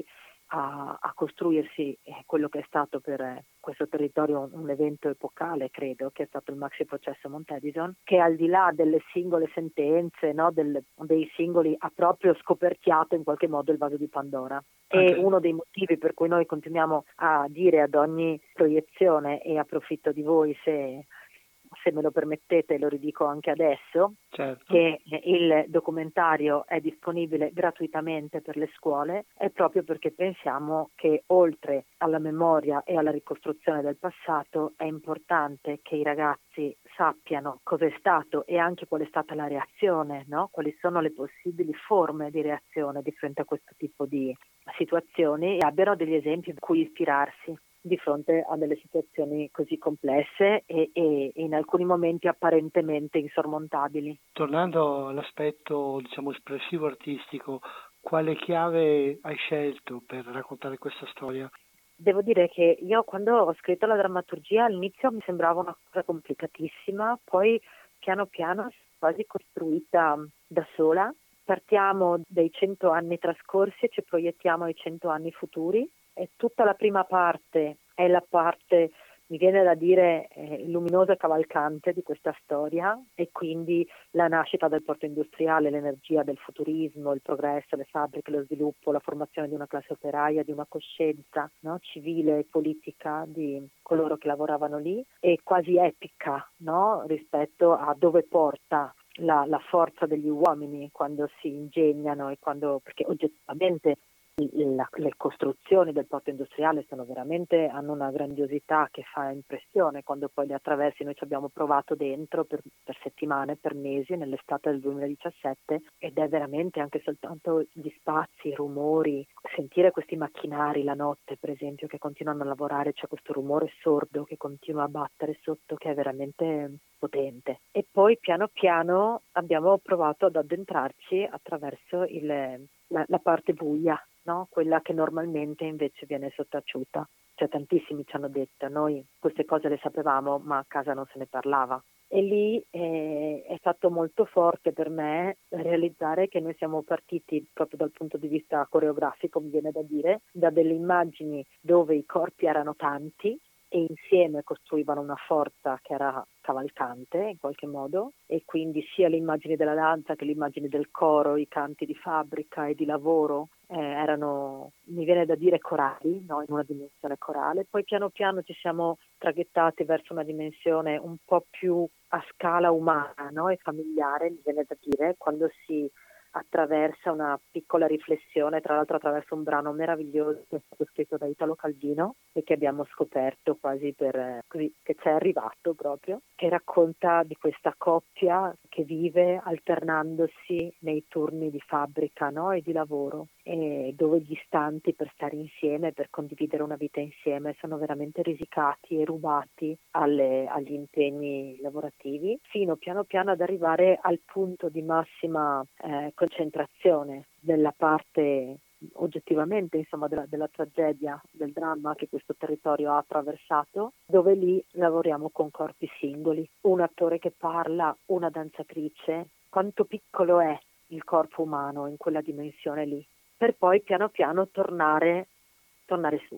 A, a costruirsi quello che è stato per questo territorio un evento epocale, credo, che è stato il maxi processo Montedison, che al di là delle singole sentenze, no, del, dei singoli, ha proprio scoperchiato in qualche modo il vaso di Pandora. Okay. E uno dei motivi per cui noi continuiamo a dire ad ogni proiezione, e approfitto di voi se se me lo permettete lo ridico anche adesso, certo, che il documentario è disponibile gratuitamente per le scuole, è proprio perché pensiamo che oltre alla memoria e alla ricostruzione del passato è importante che i ragazzi sappiano cosa è stato e anche qual è stata la reazione, no? Quali sono le possibili forme di reazione di fronte a questo tipo di situazioni, e abbiano degli esempi a cui ispirarsi di fronte a delle situazioni così complesse e, e in alcuni momenti apparentemente insormontabili. Tornando all'aspetto, diciamo, espressivo artistico, quale chiave hai scelto per raccontare questa storia? Devo dire che io, quando ho scritto la drammaturgia, all'inizio mi sembrava una cosa complicatissima, poi piano piano si è quasi costruita da sola. Partiamo dai cento anni trascorsi e ci proiettiamo ai cento anni futuri. E tutta la prima parte è la parte, mi viene da dire, eh, luminosa e cavalcante di questa storia, e quindi la nascita del porto industriale, l'energia del futurismo, il progresso, le fabbriche, lo sviluppo, la formazione di una classe operaia, di una coscienza, no, civile e politica di coloro che lavoravano lì, e quasi epica, no, rispetto a dove porta la, la forza degli uomini quando si ingegnano e quando, perché oggettivamente La, le costruzioni del porto industriale sono veramente, hanno una grandiosità che fa impressione quando poi le attraversi. Noi ci abbiamo provato dentro per, per settimane, per mesi, nell'estate del duemiladiciassette, ed è veramente anche soltanto gli spazi, i rumori, sentire questi macchinari la notte, per esempio, che continuano a lavorare, c'è questo rumore sordo che continua a battere sotto, che è veramente potente. E poi piano piano abbiamo provato ad addentrarci attraverso il, la, la parte buia, no? Quella che normalmente invece viene sottaciuta. Cioè, tantissimi ci hanno detto: noi queste cose le sapevamo, ma a casa non se ne parlava. E lì eh, è stato molto forte per me realizzare che noi siamo partiti proprio dal punto di vista coreografico, mi viene da dire, da delle immagini dove i corpi erano tanti e insieme costruivano una forza che era cavalcante in qualche modo, e quindi sia le immagini della danza che le immagini del coro, i canti di fabbrica e di lavoro eh, erano, mi viene da dire, corali, no? In una dimensione corale. Poi piano piano ci siamo traghettati verso una dimensione un po' più a scala umana, no? E familiare, mi viene da dire, quando si attraversa una piccola riflessione, tra l'altro attraverso un brano meraviglioso che è stato scritto da Italo Calvino e che abbiamo scoperto quasi per così, che ci è arrivato proprio, che racconta di questa coppia che vive alternandosi nei turni di fabbrica, no? E di lavoro, e dove gli istanti per stare insieme, per condividere una vita insieme, sono veramente risicati e rubati alle, agli impegni lavorativi, fino piano piano ad arrivare al punto di massima eh, concentrazione della parte oggettivamente, insomma, della, della tragedia, del dramma che questo territorio ha attraversato, dove lì lavoriamo con corpi singoli, un attore che parla, una danzatrice. Quanto piccolo è il corpo umano in quella dimensione lì, per poi piano piano tornare, tornare su.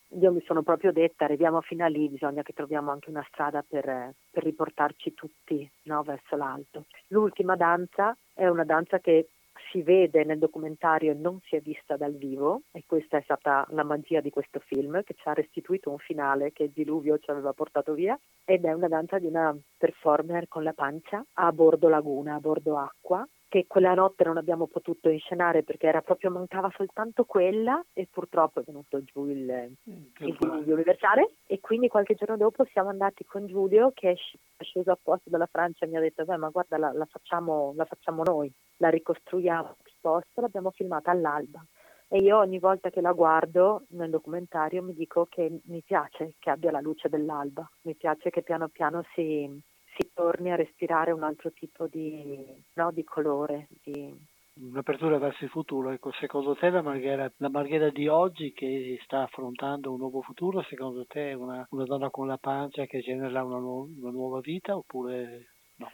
io mi sono proprio detta, arriviamo fino a lì, bisogna che troviamo anche una strada per, per riportarci tutti, no, verso l'alto. L'ultima danza è una danza che si vede nel documentario e non si è vista dal vivo, e questa è stata la magia di questo film, che ci ha restituito un finale che il diluvio ci aveva portato via, ed è una danza di una performer con la pancia a bordo laguna, a bordo acqua, che quella notte non abbiamo potuto inscenare perché era proprio, mancava soltanto quella, e purtroppo è venuto giù il, il diluvio universale, e quindi qualche giorno dopo siamo andati con Giulio, che è sceso apposta dalla Francia, e mi ha detto beh, ma guarda, la, la facciamo la facciamo noi, la ricostruiamo sposta, l'abbiamo filmata all'alba, e io ogni volta che la guardo nel documentario mi dico che mi piace che abbia la luce dell'alba, mi piace che piano piano si si torni a respirare un altro tipo di, no, di colore, di un'apertura verso il futuro. Ecco, secondo te la Marghera, la Marghera di oggi, che sta affrontando un nuovo futuro, secondo te è una, una donna con la pancia che genera una, nu- una nuova vita, oppure no?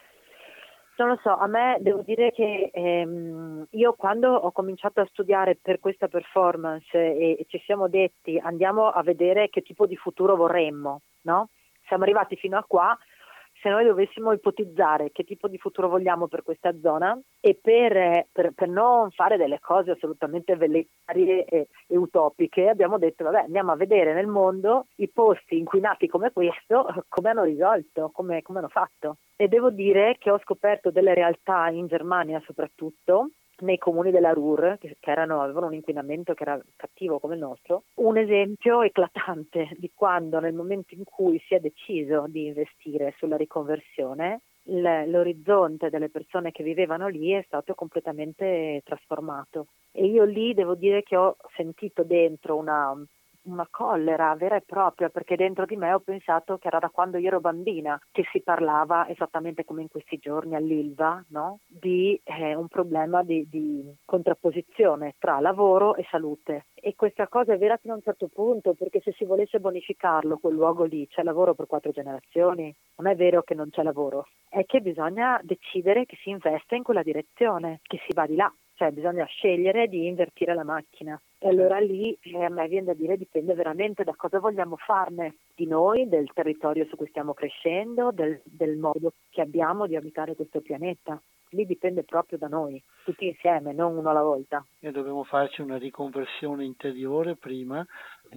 Non lo so, a me devo dire che ehm, io quando ho cominciato a studiare per questa performance e, e ci siamo detti andiamo a vedere che tipo di futuro vorremmo, no? Siamo arrivati fino a qua. Se noi dovessimo ipotizzare che tipo di futuro vogliamo per questa zona, e per, per, per non fare delle cose assolutamente velleitarie e, e utopiche, abbiamo detto vabbè, andiamo a vedere nel mondo i posti inquinati come questo, come hanno risolto, come, come hanno fatto. E devo dire che ho scoperto delle realtà in Germania soprattutto, nei comuni della Ruhr, che, che erano, avevano un inquinamento che era cattivo come il nostro, un esempio eclatante di quando nel momento in cui si è deciso di investire sulla riconversione, l- l'orizzonte delle persone che vivevano lì è stato completamente trasformato. E io lì devo dire che ho sentito dentro una... una collera vera e propria, perché dentro di me ho pensato che era da quando io ero bambina che si parlava, esattamente come in questi giorni all'Ilva, no? di eh, un problema di, di contrapposizione tra lavoro e salute. E questa cosa è vera fino a un certo punto, perché se si volesse bonificarlo, quel luogo lì, c'è lavoro per quattro generazioni. Non è vero che non c'è lavoro, è che bisogna decidere che si investe in quella direzione, che si va di là. Cioè bisogna scegliere di invertire la macchina, e allora lì eh, a me viene da dire dipende veramente da cosa vogliamo farne, di noi, del territorio su cui stiamo crescendo, del, del modo che abbiamo di abitare questo pianeta. Lì dipende proprio da noi, tutti insieme, non uno alla volta. E dobbiamo farci una riconversione interiore prima,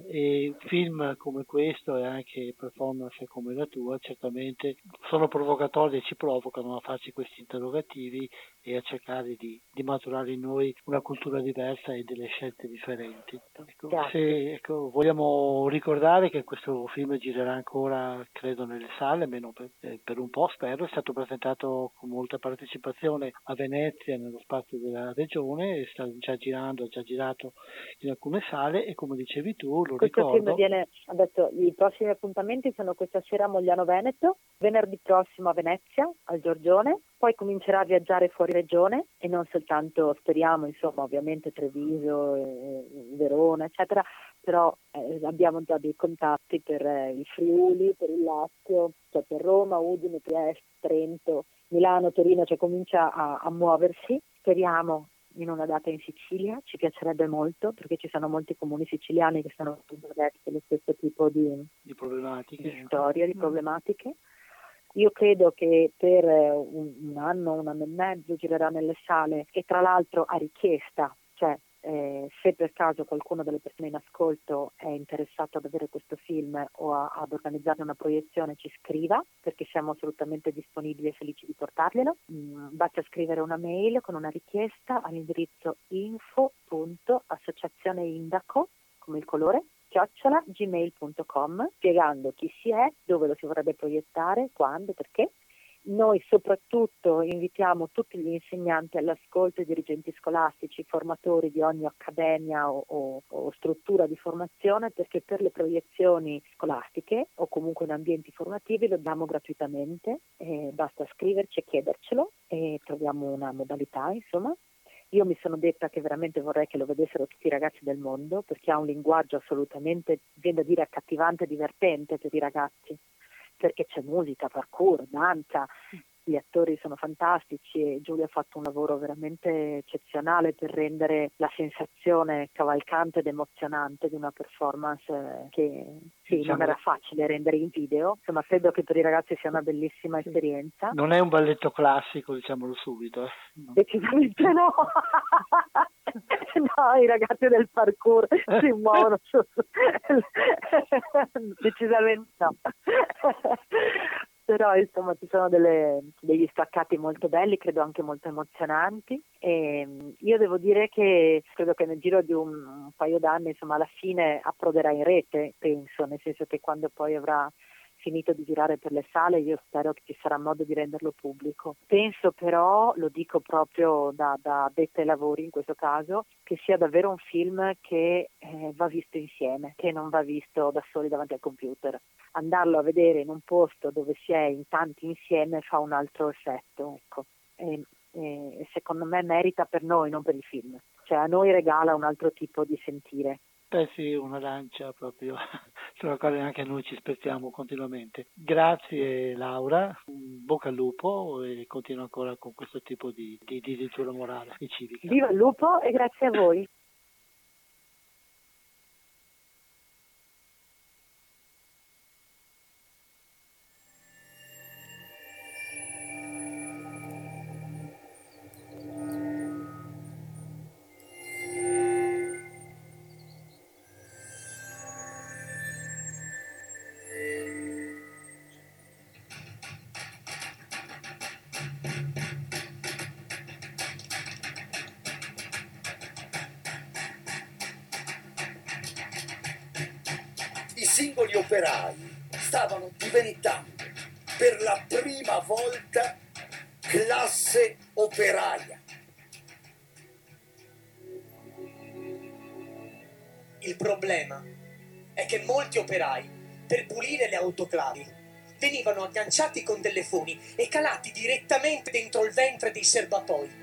e film come questo e anche performance come la tua certamente sono provocatori e ci provocano a farci questi interrogativi e a cercare di, di maturare in noi una cultura diversa e delle scelte differenti. Ecco, se, ecco, vogliamo ricordare che questo film girerà ancora, credo, nelle sale, almeno per, eh, per un po', spero. È stato presentato con molta partecipazione a Venezia, nello spazio della regione, e sta già girando, ha già girato in alcune sale, e come dicevi tu, lo questo ricordo. Film viene, adesso, i prossimi appuntamenti sono questa sera a Mogliano Veneto, venerdì prossimo a Venezia, al Giorgione, poi comincerà a viaggiare fuori regione, e non soltanto, speriamo, insomma, ovviamente Treviso, eh, Verona, eccetera, però eh, abbiamo già dei contatti per eh, il Friuli, per il Lazio, cioè per Roma, Udine, Trieste, Trento, Milano, Torino, cioè comincia a, a muoversi. Speriamo in una data in Sicilia, ci piacerebbe molto, perché ci sono molti comuni siciliani che stanno soggetti allo stesso tipo di, di problematiche, di storie, di problematiche. Io credo che per un, un anno, un anno e mezzo girerà nelle sale, e tra l'altro a richiesta, cioè eh, se per caso qualcuno delle persone in ascolto è interessato ad avere questo film o a, ad organizzare una proiezione, ci scriva, perché siamo assolutamente disponibili e felici di portarglielo. Mm, basta scrivere una mail con una richiesta all'indirizzo info punto associazione indaco, come il colore, chiocciola gmail punto com, spiegando chi si è, dove lo si vorrebbe proiettare, quando, perché. Noi soprattutto invitiamo tutti gli insegnanti all'ascolto, i dirigenti scolastici, i formatori di ogni accademia o, o, o struttura di formazione, perché per le proiezioni scolastiche o comunque in ambienti formativi lo diamo gratuitamente, e basta scriverci e chiedercelo e troviamo una modalità, insomma. Io mi sono detta che veramente vorrei che lo vedessero tutti i ragazzi del mondo, perché ha un linguaggio assolutamente, viene da dire, accattivante e divertente per i ragazzi, perché c'è musica, parkour, danza, gli attori sono fantastici e Giulia ha fatto un lavoro veramente eccezionale per rendere la sensazione cavalcante ed emozionante di una performance che sì, Diciamo- non era facile rendere in video, insomma credo che per i ragazzi sia una bellissima esperienza. Non è un balletto classico, diciamolo subito. eh. No. Decisamente no. No, i ragazzi del parkour si muovono su. Decisamente no. Però insomma ci sono delle, degli staccati molto belli, credo anche molto emozionanti, e io devo dire che credo che nel giro di un, un paio d'anni insomma alla fine approderà in rete, penso, nel senso che quando poi avrà finito di girare per le sale io spero che ci sarà modo di renderlo pubblico. Penso però, lo dico proprio da, da addetta ai lavori in questo caso, che sia davvero un film che eh, va visto insieme, che non va visto da soli davanti al computer. Andarlo a vedere in un posto dove si è in tanti insieme fa un altro effetto, ecco. E, e secondo me merita per noi, non per il film, cioè a noi regala un altro tipo di sentire. Eh sì, una lancia proprio, sulla quale anche noi ci spezziamo continuamente. Grazie Laura, in bocca al lupo e continua ancora con questo tipo di, di, di lettura morale e civica. Viva il lupo e grazie a voi. I singoli operai stavano diventando per la prima volta classe operaia. Il problema è che molti operai, per pulire le autoclavi, venivano agganciati con delle funi e calati direttamente dentro il ventre dei serbatoi.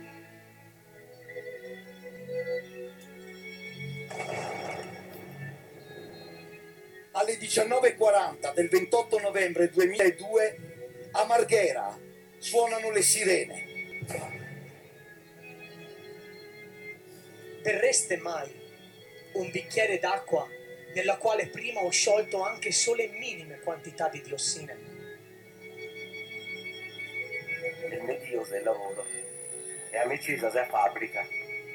Alle diciannove e quaranta del ventotto novembre duemiladue a Marghera suonano le sirene. Berreste mai un bicchiere d'acqua nella quale prima ho sciolto anche sole minime quantità di diossine? Il mio Dio è il lavoro e a me ci sa la fabbrica.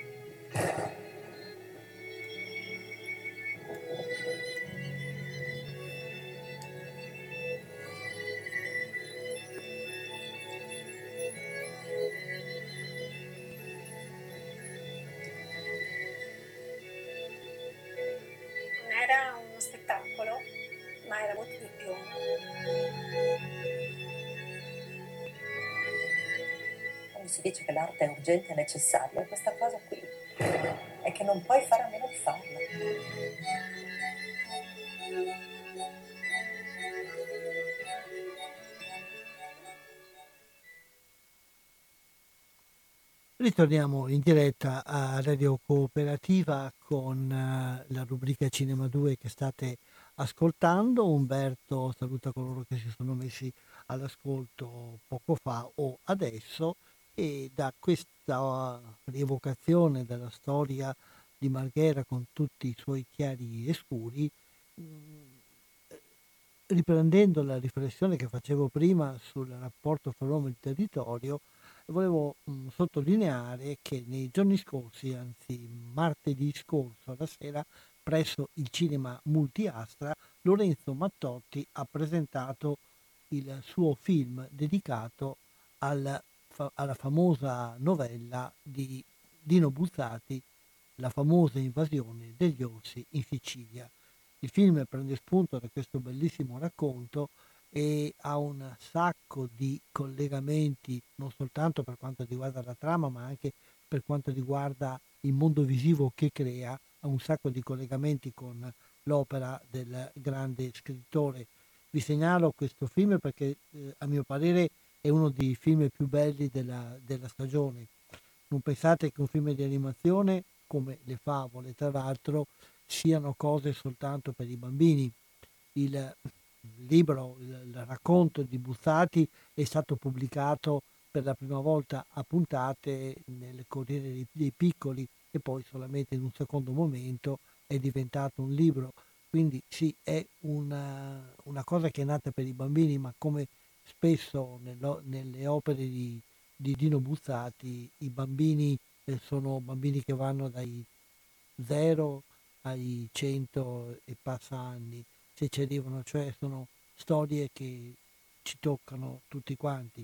Era uno spettacolo, ma era molto di più. Quando si dice che l'arte è urgente e necessaria, questa cosa qui è che non puoi fare a meno di farla. Ritorniamo in diretta a Radio Cooperativa con eh, la rubrica Cinema due che state ascoltando. Umberto saluta coloro che si sono messi all'ascolto poco fa o adesso, e da questa rievocazione della storia di Marghera con tutti i suoi chiari e scuri, mh, riprendendo la riflessione che facevo prima sul rapporto fra l'uomo e il territorio, volevo mh, sottolineare che nei giorni scorsi, anzi martedì scorso alla sera, presso il cinema Multiastra, Lorenzo Mattotti ha presentato il suo film dedicato al, fa, alla famosa novella di Dino Buzzati, La famosa invasione degli orsi in Sicilia. Il film prende spunto da questo bellissimo racconto e ha un sacco di collegamenti, non soltanto per quanto riguarda la trama, ma anche per quanto riguarda il mondo visivo che crea, ha un sacco di collegamenti con l'opera del grande scrittore. Vi segnalo questo film perché eh, a mio parere è uno dei film più belli della, della stagione. Non pensate che un film di animazione, come le favole tra l'altro, siano cose soltanto per i bambini. Il il libro, il, il racconto di Buzzati è stato pubblicato per la prima volta a puntate nel Corriere dei, dei Piccoli e poi solamente in un secondo momento è diventato un libro. Quindi sì, è una, una cosa che è nata per i bambini, ma come spesso nello, nelle opere di, di Dino Buzzati i bambini eh, sono bambini che vanno dai zero ai cento e passa anni, se ci arrivano, cioè sono storie che ci toccano tutti quanti.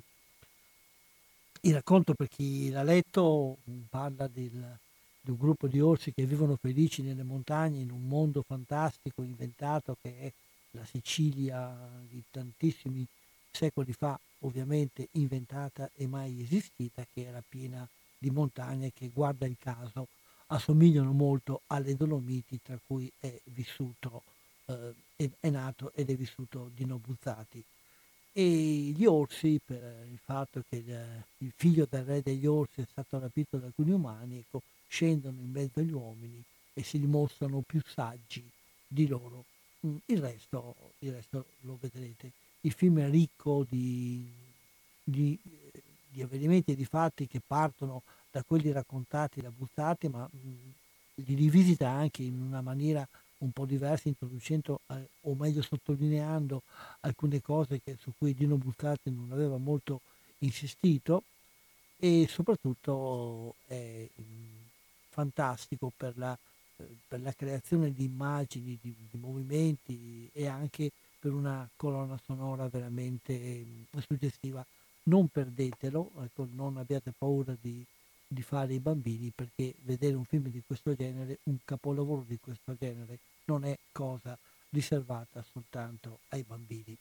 Il racconto, per chi l'ha letto, parla del, di un gruppo di orsi che vivono felici nelle montagne in un mondo fantastico inventato che è la Sicilia di tantissimi secoli fa, ovviamente inventata e mai esistita, che era piena di montagne che, guarda il caso, assomigliano molto alle Dolomiti, tra cui è vissuto, eh, è, è nato ed è vissuto Dino Buzzati. E gli orsi, per il fatto che il, il figlio del re degli orsi è stato rapito da alcuni umani, ecco, scendono in mezzo agli uomini e si dimostrano più saggi di loro. Il resto, il resto lo vedrete. Il film è ricco di, di, di avvenimenti e di fatti che partono da quelli raccontati da Buzzati, ma mh, li rivisita anche in una maniera un po' diversa, introducendo eh, o meglio sottolineando alcune cose che, su cui Dino Buzzati non aveva molto insistito, e soprattutto è mh, fantastico per la, eh, per la creazione di immagini, di, di movimenti e anche per una colonna sonora veramente mh, suggestiva. Non perdetelo, ecco, non abbiate paura di di fare i bambini, perché vedere un film di questo genere, un capolavoro di questo genere, non è cosa riservata soltanto ai bambini.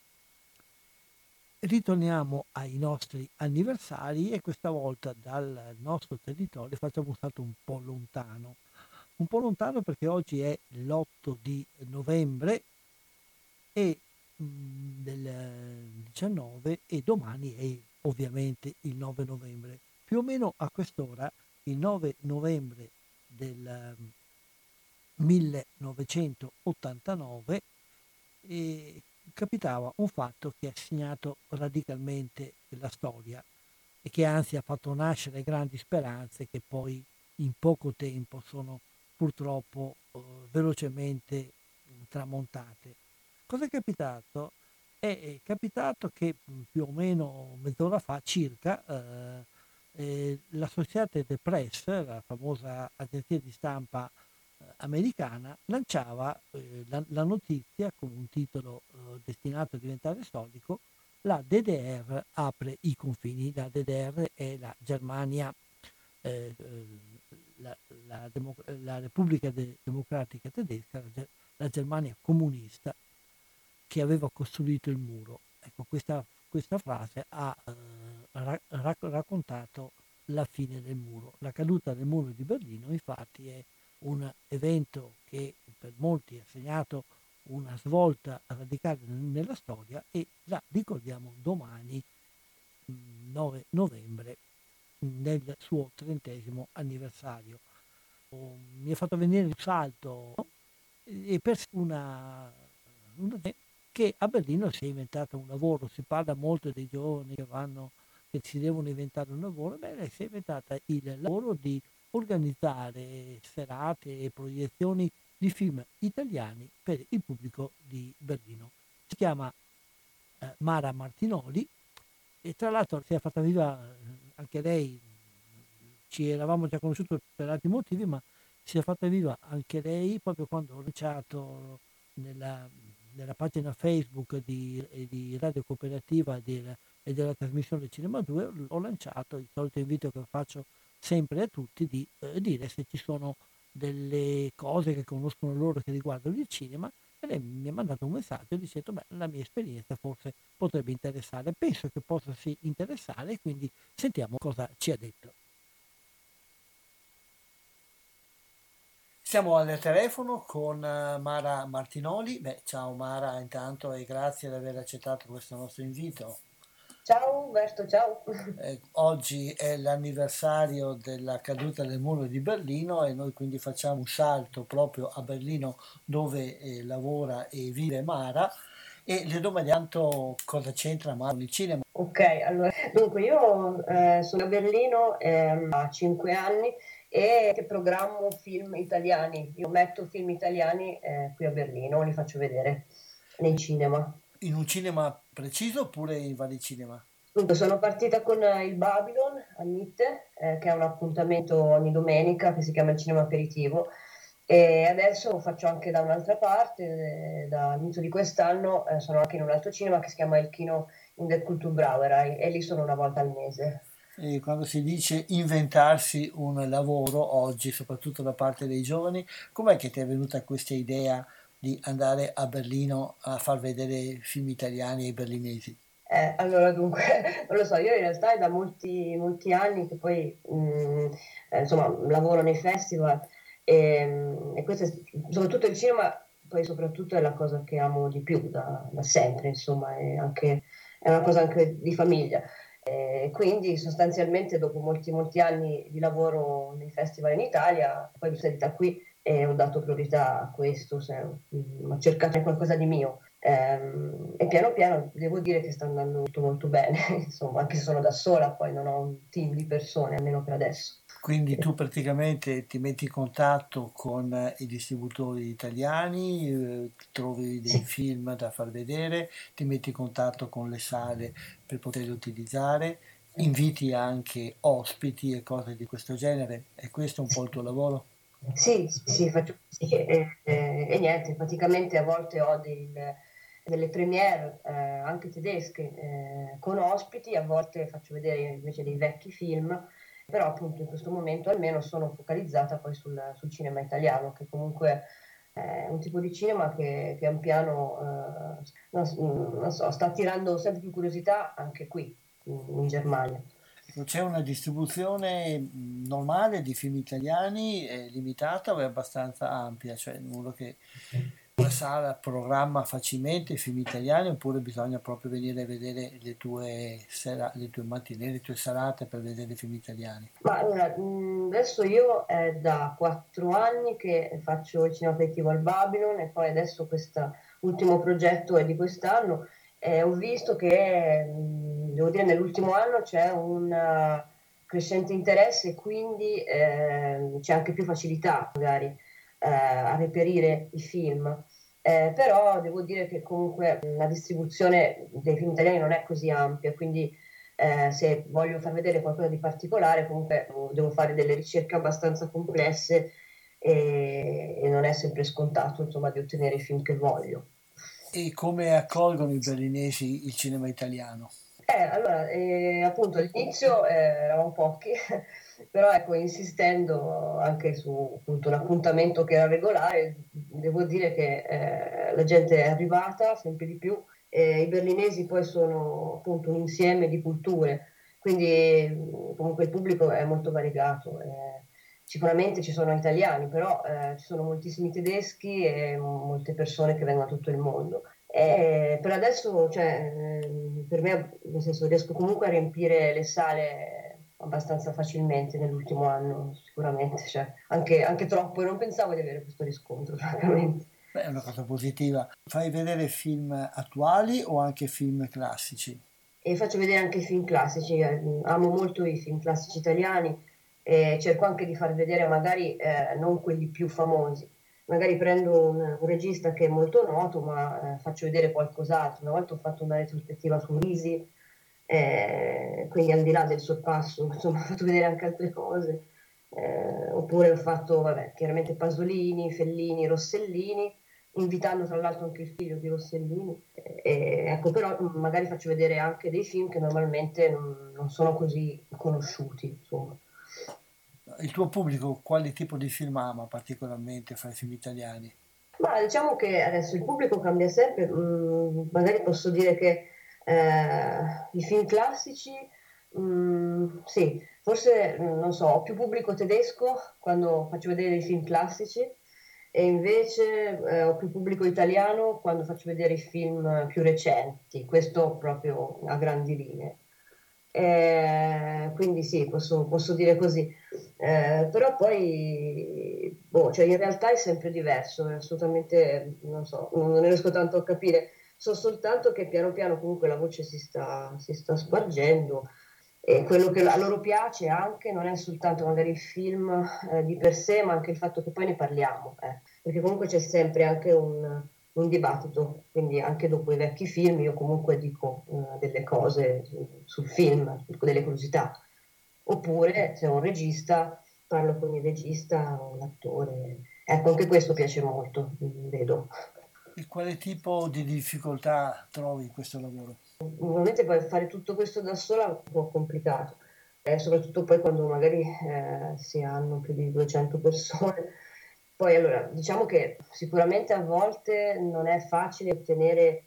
Ritorniamo ai nostri anniversari e questa volta dal nostro territorio facciamo un salto un po' lontano, un po' lontano perché oggi è l'otto di novembre e mh, del diciannove e domani è ovviamente il nove novembre. Più o meno a quest'ora, il nove novembre del um, millenovecentottantanove, eh, capitava un fatto che ha segnato radicalmente la storia e che anzi ha fatto nascere grandi speranze che poi in poco tempo sono purtroppo eh, velocemente tramontate. Cosa è capitato? È, è capitato che più o meno mezz'ora fa circa eh, Eh, l'Associated Press, la famosa agenzia di stampa eh, americana, lanciava eh, la, la notizia con un titolo eh, destinato a diventare storico: la D D R apre i confini. La D D R è la Germania, eh, la, la, Demo- la Repubblica De- Democratica Tedesca, la, la Germania comunista che aveva costruito il muro. Ecco, questa, questa frase ha eh, ra- raccontato la fine del muro. La caduta del muro di Berlino, infatti, è un evento che per molti ha segnato una svolta radicale nella storia e la ricordiamo domani, nove novembre, nel suo trentesimo anniversario. Mi ha fatto venire il salto e per una, una che a Berlino si è inventato un lavoro. Si parla molto dei giovani che vanno, che si devono inventare un lavoro. Beh, lei si è inventata il lavoro di organizzare serate e proiezioni di film italiani per il pubblico di Berlino. Si chiama eh, Mara Martinoli e tra l'altro si è fatta viva anche lei. Ci eravamo già conosciuti per altri motivi, ma si è fatta viva anche lei proprio quando ho lanciato nella nella pagina Facebook di, di Radio Cooperativa del, e della trasmissione Cinema due. Ho lanciato il solito invito che faccio sempre a tutti di eh, dire se ci sono delle cose che conoscono loro che riguardano il cinema, e lei mi ha mandato un messaggio dicendo: beh, la mia esperienza forse potrebbe interessare. Penso che possa sì interessare, quindi sentiamo cosa ci ha detto. Siamo al telefono con Mara Martinoli. Beh, ciao Mara, intanto, e grazie di aver accettato questo nostro invito. Ciao Umberto, ciao. Eh, oggi è l'anniversario della caduta del muro di Berlino e noi quindi facciamo un salto proprio a Berlino, dove eh, lavora e vive Mara. E le domandiamo cosa c'entra ma con il cinema. Ok, allora, dunque io eh, sono a Berlino ehm, da cinque anni e che programmo film italiani. Io metto film italiani eh, qui a Berlino, li faccio vedere nei cinema. In un cinema preciso oppure in vari cinema? Dunque, sono partita con eh, il Babylon a Mitte, eh, che è un appuntamento ogni domenica che si chiama il cinema aperitivo. E adesso faccio anche da un'altra parte, eh, dall'inizio di quest'anno eh, sono anche in un altro cinema che si chiama il Kino in der Kulturbrauerei e lì sono una volta al mese. E quando si dice inventarsi un lavoro oggi, soprattutto da parte dei giovani, com'è che ti è venuta questa idea di andare a Berlino a far vedere film italiani ai berlinesi? Eh, allora, dunque, non lo so, io in realtà è da molti, molti anni che poi mh, eh, insomma, lavoro nei festival e, e questo è, soprattutto il cinema, poi soprattutto è la cosa che amo di più da, da sempre, insomma, è, anche, è una cosa anche di famiglia. E quindi sostanzialmente dopo molti, molti anni di lavoro nei festival in Italia, poi mi sono salita qui e ho dato priorità a questo, se, mh, ho cercato qualcosa di mio. Ehm, e piano piano devo dire che sta andando molto molto bene, insomma, anche se sono da sola, poi non ho un team di persone, almeno per adesso. Quindi tu praticamente ti metti in contatto con eh, i distributori italiani, eh, trovi dei Sì. film da far vedere, ti metti in contatto con le sale per poterli utilizzare, inviti anche ospiti e cose di questo genere. E questo è un po' il tuo lavoro? Sì, sì, faccio così e, e- e niente, praticamente a volte ho dei- delle premiere eh, anche tedesche eh, con ospiti, a volte faccio vedere invece dei vecchi film, però appunto in questo momento almeno sono focalizzata poi sul, sul cinema italiano, che comunque è un tipo di cinema che pian piano eh, non, non so, sta attirando sempre più curiosità anche qui in, in Germania. C'è una distribuzione mh, normale di film italiani, è limitata o è abbastanza ampia? Cioè, in modo che una sala programma facilmente i film italiani oppure bisogna proprio venire a vedere le tue, sera- le tue mattine, le tue serate per vedere i film italiani? Ma allora, mh, adesso io è da quattro anni che faccio il cinema aperitivo al Babylon e poi adesso questo ultimo progetto è di quest'anno e ho visto che, mh, devo dire, nell'ultimo anno c'è un eh, crescente interesse e quindi eh, c'è anche più facilità magari eh, a reperire i film. Eh, però devo dire che comunque mh, la distribuzione dei film italiani non è così ampia, quindi eh, se voglio far vedere qualcosa di particolare, comunque devo fare delle ricerche abbastanza complesse e, e non è sempre scontato, insomma, di ottenere i film che voglio. E come accolgono i berlinesi il cinema italiano? Eh, allora, eh, appunto all'inizio eh, eravamo pochi, però ecco, insistendo anche su appunto, un appuntamento che era regolare, devo dire che eh, la gente è arrivata sempre di più. Eh, I berlinesi poi sono appunto un insieme di culture, quindi mh, comunque il pubblico è molto variegato. eh, Sicuramente ci sono italiani, però eh, ci sono moltissimi tedeschi e molte persone che vengono da tutto il mondo. E per adesso, cioè, ehm, per me, nel senso, riesco comunque a riempire le sale abbastanza facilmente nell'ultimo anno, sicuramente, cioè, anche, anche troppo, e non pensavo di avere questo riscontro, francamente. Beh, è una cosa positiva. Fai vedere film attuali o anche film classici? E faccio vedere anche i film classici, eh, amo molto i film classici italiani e cerco anche di far vedere magari eh, non quelli più famosi. Magari prendo un, un regista che è molto noto, ma eh, faccio vedere qualcos'altro. Una volta ho fatto una retrospettiva su Risi, eh, quindi al di là del sorpasso, insomma, ho fatto vedere anche altre cose. Eh, oppure ho fatto, vabbè, chiaramente Pasolini, Fellini, Rossellini, invitando tra l'altro anche il figlio di Rossellini. E, e, ecco, però mh, magari faccio vedere anche dei film che normalmente non, non sono così conosciuti, insomma. Il tuo pubblico quale tipo di film ama particolarmente fra i film italiani? Ma diciamo che adesso il pubblico cambia sempre, mm, magari posso dire che eh, i film classici, mm, sì, forse mm, non so, ho più pubblico tedesco quando faccio vedere i film classici e invece eh, ho più pubblico italiano quando faccio vedere i film più recenti, questo proprio a grandi linee. Eh, quindi sì, posso, posso dire così. Eh, però poi, boh, cioè in realtà è sempre diverso, è assolutamente, non so, non, non riesco tanto a capire. So soltanto che piano piano comunque la voce si sta, si sta spargendo, e quello che a loro piace anche non è soltanto magari il film eh, di per sé, ma anche il fatto che poi ne parliamo, eh. Perché comunque c'è sempre anche un, un dibattito, quindi anche dopo i vecchi film io comunque dico uh, delle cose sul film, dico delle curiosità. Oppure se è un regista, parlo con il regista o l'attore. Ecco, anche questo piace molto, vedo. E quale tipo di difficoltà trovi in questo lavoro? Normalmente poi fare tutto questo da sola è un po' complicato, eh, soprattutto poi quando magari eh, si hanno più di duecento persone. Poi allora, diciamo che sicuramente a volte non è facile ottenere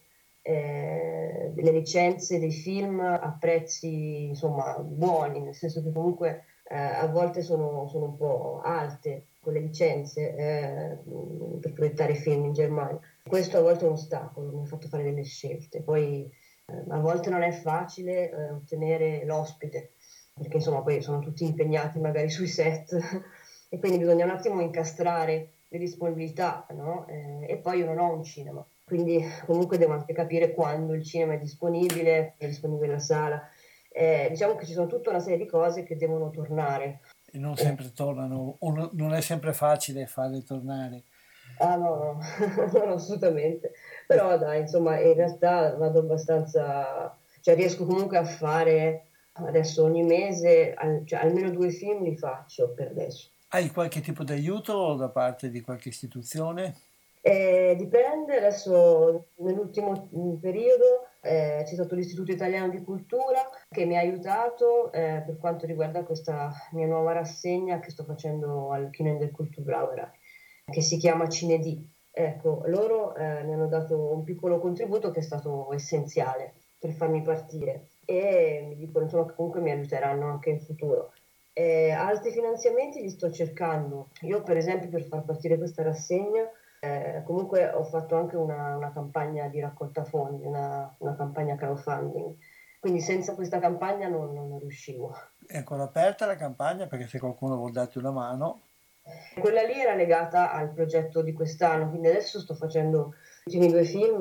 eh, le licenze dei film a prezzi insomma buoni, nel senso che comunque eh, a volte sono, sono un po' alte con le licenze eh, per proiettare film in Germania. Questo a volte è un ostacolo, mi ha fatto fare delle scelte. Poi eh, a volte non è facile eh, ottenere l'ospite, perché insomma poi sono tutti impegnati magari sui set e quindi bisogna un attimo incastrare le disponibilità, no? Eh, e poi io non ho un cinema, quindi comunque devo anche capire quando il cinema è disponibile, è disponibile la sala. Eh, diciamo che ci sono tutta una serie di cose che devono tornare. E non sempre tornano, o no, non è sempre facile farle tornare. Ah no, no, no, assolutamente. Però dai, insomma, in realtà vado abbastanza, cioè riesco comunque a fare adesso ogni mese, al- cioè almeno due film li faccio per adesso. Hai qualche tipo di aiuto da parte di qualche istituzione? Eh, dipende, adesso nell'ultimo mm, periodo eh, c'è stato l'Istituto Italiano di Cultura che mi ha aiutato eh, per quanto riguarda questa mia nuova rassegna che sto facendo al Kino del Kulturbrauerei, che si chiama Cinedì. Ecco, loro eh, mi hanno dato un piccolo contributo che è stato essenziale per farmi partire e mi dicono insomma, che comunque mi aiuteranno anche in futuro. Eh, altri finanziamenti li sto cercando. Io per esempio per far partire questa rassegna eh, comunque ho fatto anche una, una campagna di raccolta fondi, una, una campagna crowdfunding, quindi senza questa campagna non, non riuscivo. È ancora aperta la campagna perché se qualcuno vuol darti una mano. Quella lì era legata al progetto di quest'anno, quindi adesso sto facendo i primi due film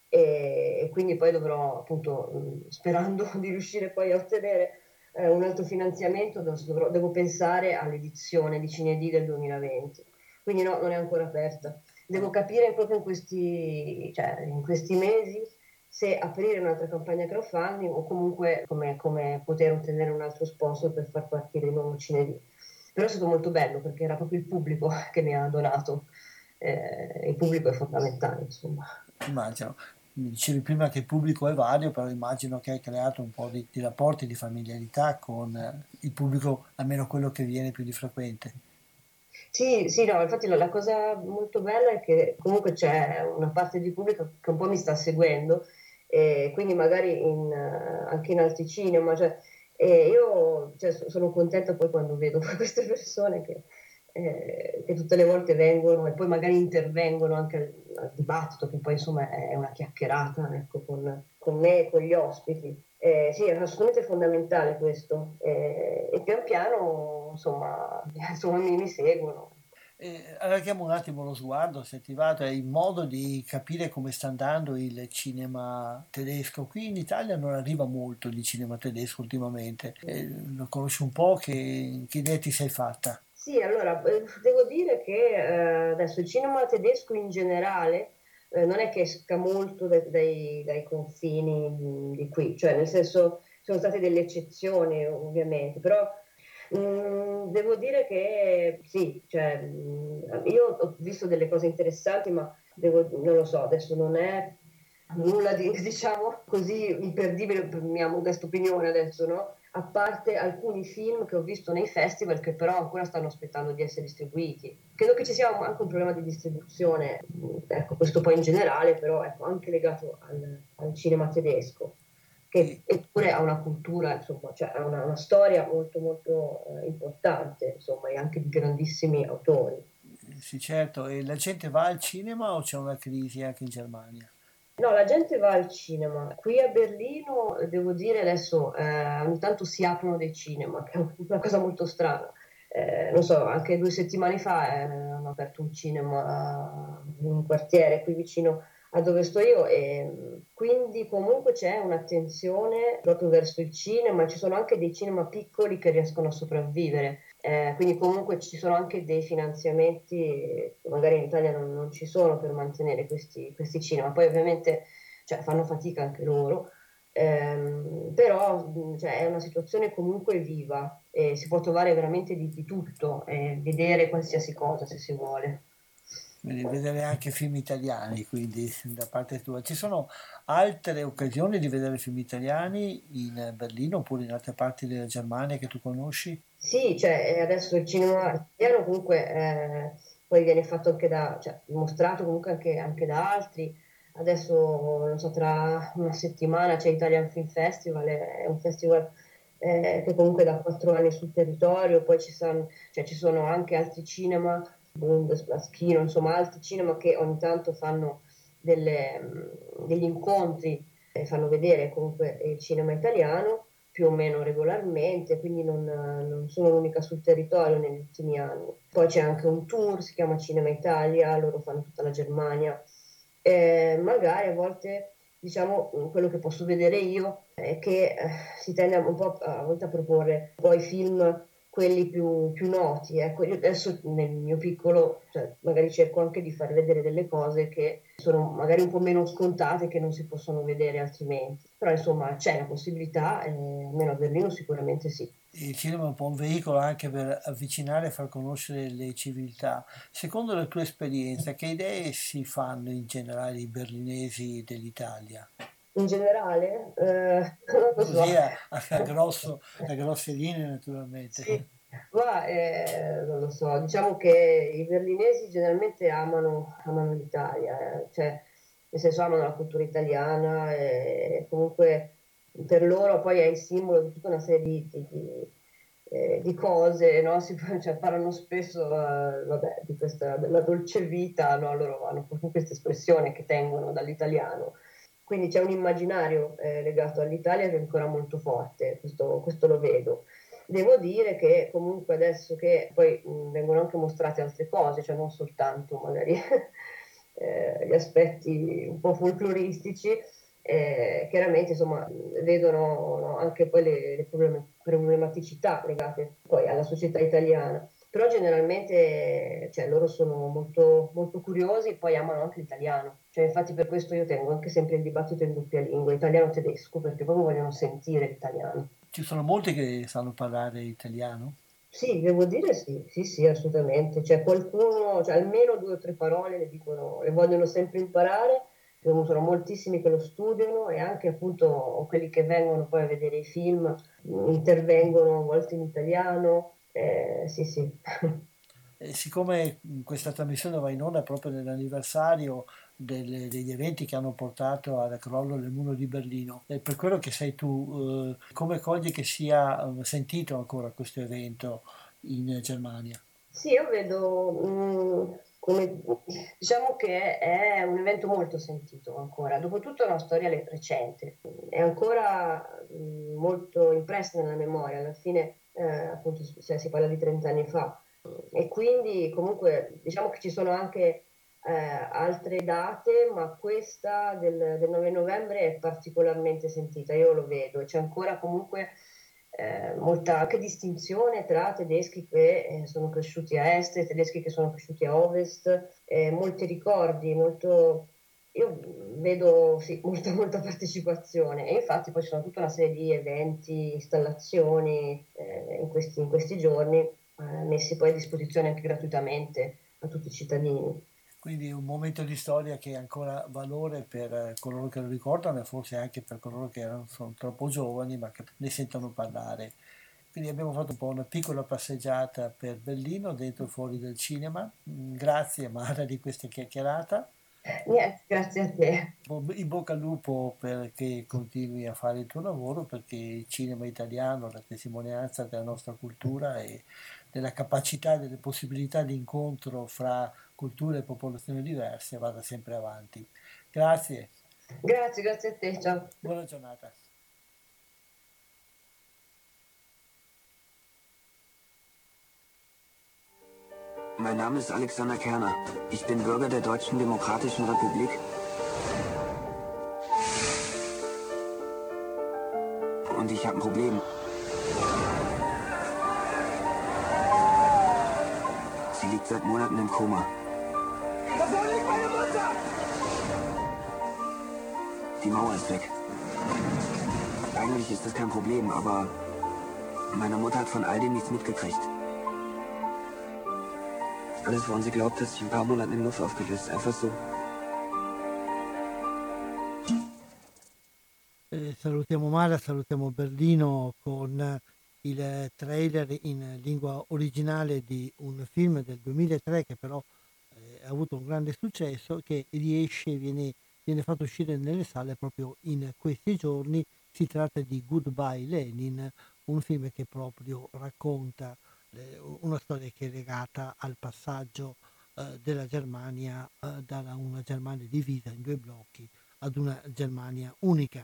e, e quindi poi dovrò appunto, mh, sperando di riuscire poi a ottenere eh, un altro finanziamento, dovrò, devo pensare all'edizione di Cinedì del duemilaventi, quindi no, non è ancora aperta. Devo capire proprio in questi, cioè, in questi mesi se aprire un'altra campagna crowdfunding o comunque come, come poter ottenere un altro sponsor per far partire il nuovo Cinedì. Però è stato molto bello perché era proprio il pubblico che mi ha donato, eh, il pubblico è fondamentale, insomma. Immagino. Mi dicevi prima che il pubblico è vario, però immagino che hai creato un po' di, di rapporti, di familiarità con eh, il pubblico, almeno quello che viene più di frequente. Sì, sì, no, infatti la, la cosa molto bella è che comunque c'è una parte di pubblico che un po' mi sta seguendo, e quindi magari in, eh, anche in altri cinema, cioè, e io cioè, so- sono contenta poi quando vedo queste persone che, eh, che tutte le volte vengono e poi magari intervengono anche al, al dibattito, che poi insomma è una chiacchierata, ecco, con, con me e con gli ospiti. Eh, sì, è assolutamente fondamentale questo, eh, e pian piano insomma, insomma mi, mi seguono. Eh, allarghiamo un attimo lo sguardo, se ti va, hai modo di capire come sta andando il cinema tedesco. Qui in Italia non arriva molto di cinema tedesco ultimamente. Eh, lo conosci un po', che, che idea ti sei fatta? Sì, allora eh, devo dire che eh, adesso il cinema tedesco in generale eh, non è che esca molto dai, dai- dai confini mh, di qui, cioè nel senso sono state delle eccezioni ovviamente, però mh, devo dire che sì, cioè, mh, io ho visto delle cose interessanti, ma devo, non lo so, adesso non è nulla di diciamo così imperdibile per mia modesta opinione adesso, no? A parte alcuni film che ho visto nei festival che però ancora stanno aspettando di essere distribuiti. Credo che ci sia un- anche un problema di distribuzione, mh, ecco, questo poi in generale, però ecco, anche legato al, al cinema tedesco, che eppure ha una cultura, insomma, cioè ha una, una storia molto molto eh, importante, insomma, e anche di grandissimi autori. Sì, certo. E la gente va al cinema o c'è una crisi anche in Germania? No, la gente va al cinema. Qui a Berlino, eh, devo dire adesso, eh, ogni tanto si aprono dei cinema, che è una cosa molto strana. Eh, non so, anche due settimane fa eh, hanno aperto un cinema in un quartiere qui vicino a dove sto io, e quindi comunque c'è un'attenzione proprio verso il cinema, ci sono anche dei cinema piccoli che riescono a sopravvivere, eh, quindi comunque ci sono anche dei finanziamenti che magari in Italia non, non ci sono per mantenere questi, questi cinema, poi ovviamente cioè, fanno fatica anche loro, ehm, però cioè, è una situazione comunque viva e si può trovare veramente di, di tutto e vedere qualsiasi cosa se si vuole. Quindi vedere anche film italiani, quindi da parte tua. Ci sono altre occasioni di vedere film italiani in Berlino oppure in altre parti della Germania che tu conosci? Sì, cioè eh, adesso il cinema italiano comunque eh, poi viene fatto anche da, cioè mostrato comunque anche, anche da altri. Adesso, non so, tra una settimana c'è Italian Film Festival, è un festival eh, che comunque da quattro anni sul territorio, poi ci sono, cioè, ci sono anche altri cinema, Bundesplatz, Kino, insomma altri cinema che ogni tanto fanno delle, mh, degli incontri e fanno vedere comunque il cinema italiano più o meno regolarmente, quindi non, non sono l'unica sul territorio negli ultimi anni. Poi c'è anche un tour, si chiama Cinema Italia, loro fanno tutta la Germania. Eh, magari a volte, diciamo, quello che posso vedere io è che eh, si tende un po' a, a volte a proporre poi film quelli più, più noti. Ecco, io adesso nel mio piccolo, cioè, magari cerco anche di far vedere delle cose che sono magari un po' meno scontate, che non si possono vedere altrimenti. Però insomma c'è la possibilità, eh, almeno a Berlino sicuramente sì. Il cinema è un po' un veicolo anche per avvicinare e far conoscere le civiltà. Secondo la tua esperienza, che idee si fanno in generale i berlinesi dell'Italia? In generale, eh, non lo so. Così a, a, grosso, a grosse linee naturalmente. Sì, ma eh, non lo so, diciamo che i berlinesi generalmente amano, amano l'Italia, eh, cioè nel senso amano la cultura italiana e comunque per loro poi è il simbolo di tutta una serie di, di, di, eh, di cose, no? Si, cioè, parlano spesso eh, vabbè, di questa, della dolce vita, no? Loro hanno proprio questa espressione che tengono dall'italiano. Quindi c'è un immaginario eh, legato all'Italia che è ancora molto forte, questo, questo lo vedo. Devo dire che comunque adesso che poi mh, vengono anche mostrate altre cose, cioè non soltanto magari eh, gli aspetti un po' folcloristici, eh, chiaramente insomma vedono no, anche poi le, le problem- problematicità legate poi alla società italiana. Però generalmente cioè, loro sono molto, molto curiosi e poi amano anche l'italiano. Cioè, infatti per questo io tengo anche sempre il dibattito in doppia lingua, italiano-tedesco, perché proprio vogliono sentire l'italiano. Ci sono molti che sanno parlare italiano? Sì, devo dire sì, sì, sì, assolutamente. C'è qualcuno, cioè almeno due o tre parole le dicono, le vogliono sempre imparare. Sono moltissimi che lo studiano e anche appunto quelli che vengono poi a vedere i film intervengono a volte in italiano. Eh, sì, sì. E siccome questa trasmissione va in onda proprio nell'anniversario delle, degli eventi che hanno portato al crollo del muro di Berlino, e per quello che sei tu, eh, come cogli che sia eh, sentito ancora questo evento in Germania? Sì, io vedo, mh, come, diciamo che è un evento molto sentito ancora, dopotutto è una storia recente, è ancora mh, molto impressa nella memoria, alla fine eh, appunto cioè, si parla di trenta anni fa e quindi comunque diciamo che ci sono anche eh, altre date, ma questa del, del nove novembre è particolarmente sentita, io lo vedo, e c'è ancora comunque eh, molta anche distinzione tra tedeschi che eh, sono cresciuti a est e tedeschi che sono cresciuti a ovest, eh, molti ricordi, molto, io vedo sì, molta, molta partecipazione e infatti poi ci sono tutta una serie di eventi, installazioni eh, in, questi, in questi giorni eh, messi poi a disposizione anche gratuitamente a tutti i cittadini. Quindi un momento di storia che ha ancora valore per coloro che lo ricordano e forse anche per coloro che erano, sono troppo giovani ma che ne sentono parlare. Quindi abbiamo fatto un po' una piccola passeggiata per Berlino, dentro e fuori del cinema. Grazie Mara di questa chiacchierata. Niente, grazie a te. In bocca al lupo perché continui a fare il tuo lavoro, perché il cinema italiano, la testimonianza della nostra cultura e della capacità e delle possibilità di incontro fra culture e popolazioni diverse vada sempre avanti. Grazie. Grazie, grazie a te, ciao. Buona giornata. Mein Name ist Alexander Kerner. Ich bin Bürger der Deutschen Demokratischen Republik ich habe ein Problem. Sie liegt seit Monaten im Koma. Das war nicht meine Mutter! Die Mauer ist weg. Eigentlich ist das kein Problem, aber meine Mutter hat von all dem nichts mitgekriegt. Alles, woran sie glaubt, hat sich ein paar Monate in Luft aufgelöst. Einfach so. Eh, salutiamo Mara, salutiamo Berlino con il trailer in lingua originale di un film del duemilatré che però eh, ha avuto un grande successo, che riesce, viene, viene fatto uscire nelle sale proprio in questi giorni. Si tratta di Goodbye Lenin, un film che proprio racconta eh, una storia che è legata al passaggio eh, della Germania eh, da una Germania divisa in due blocchi ad una Germania unica.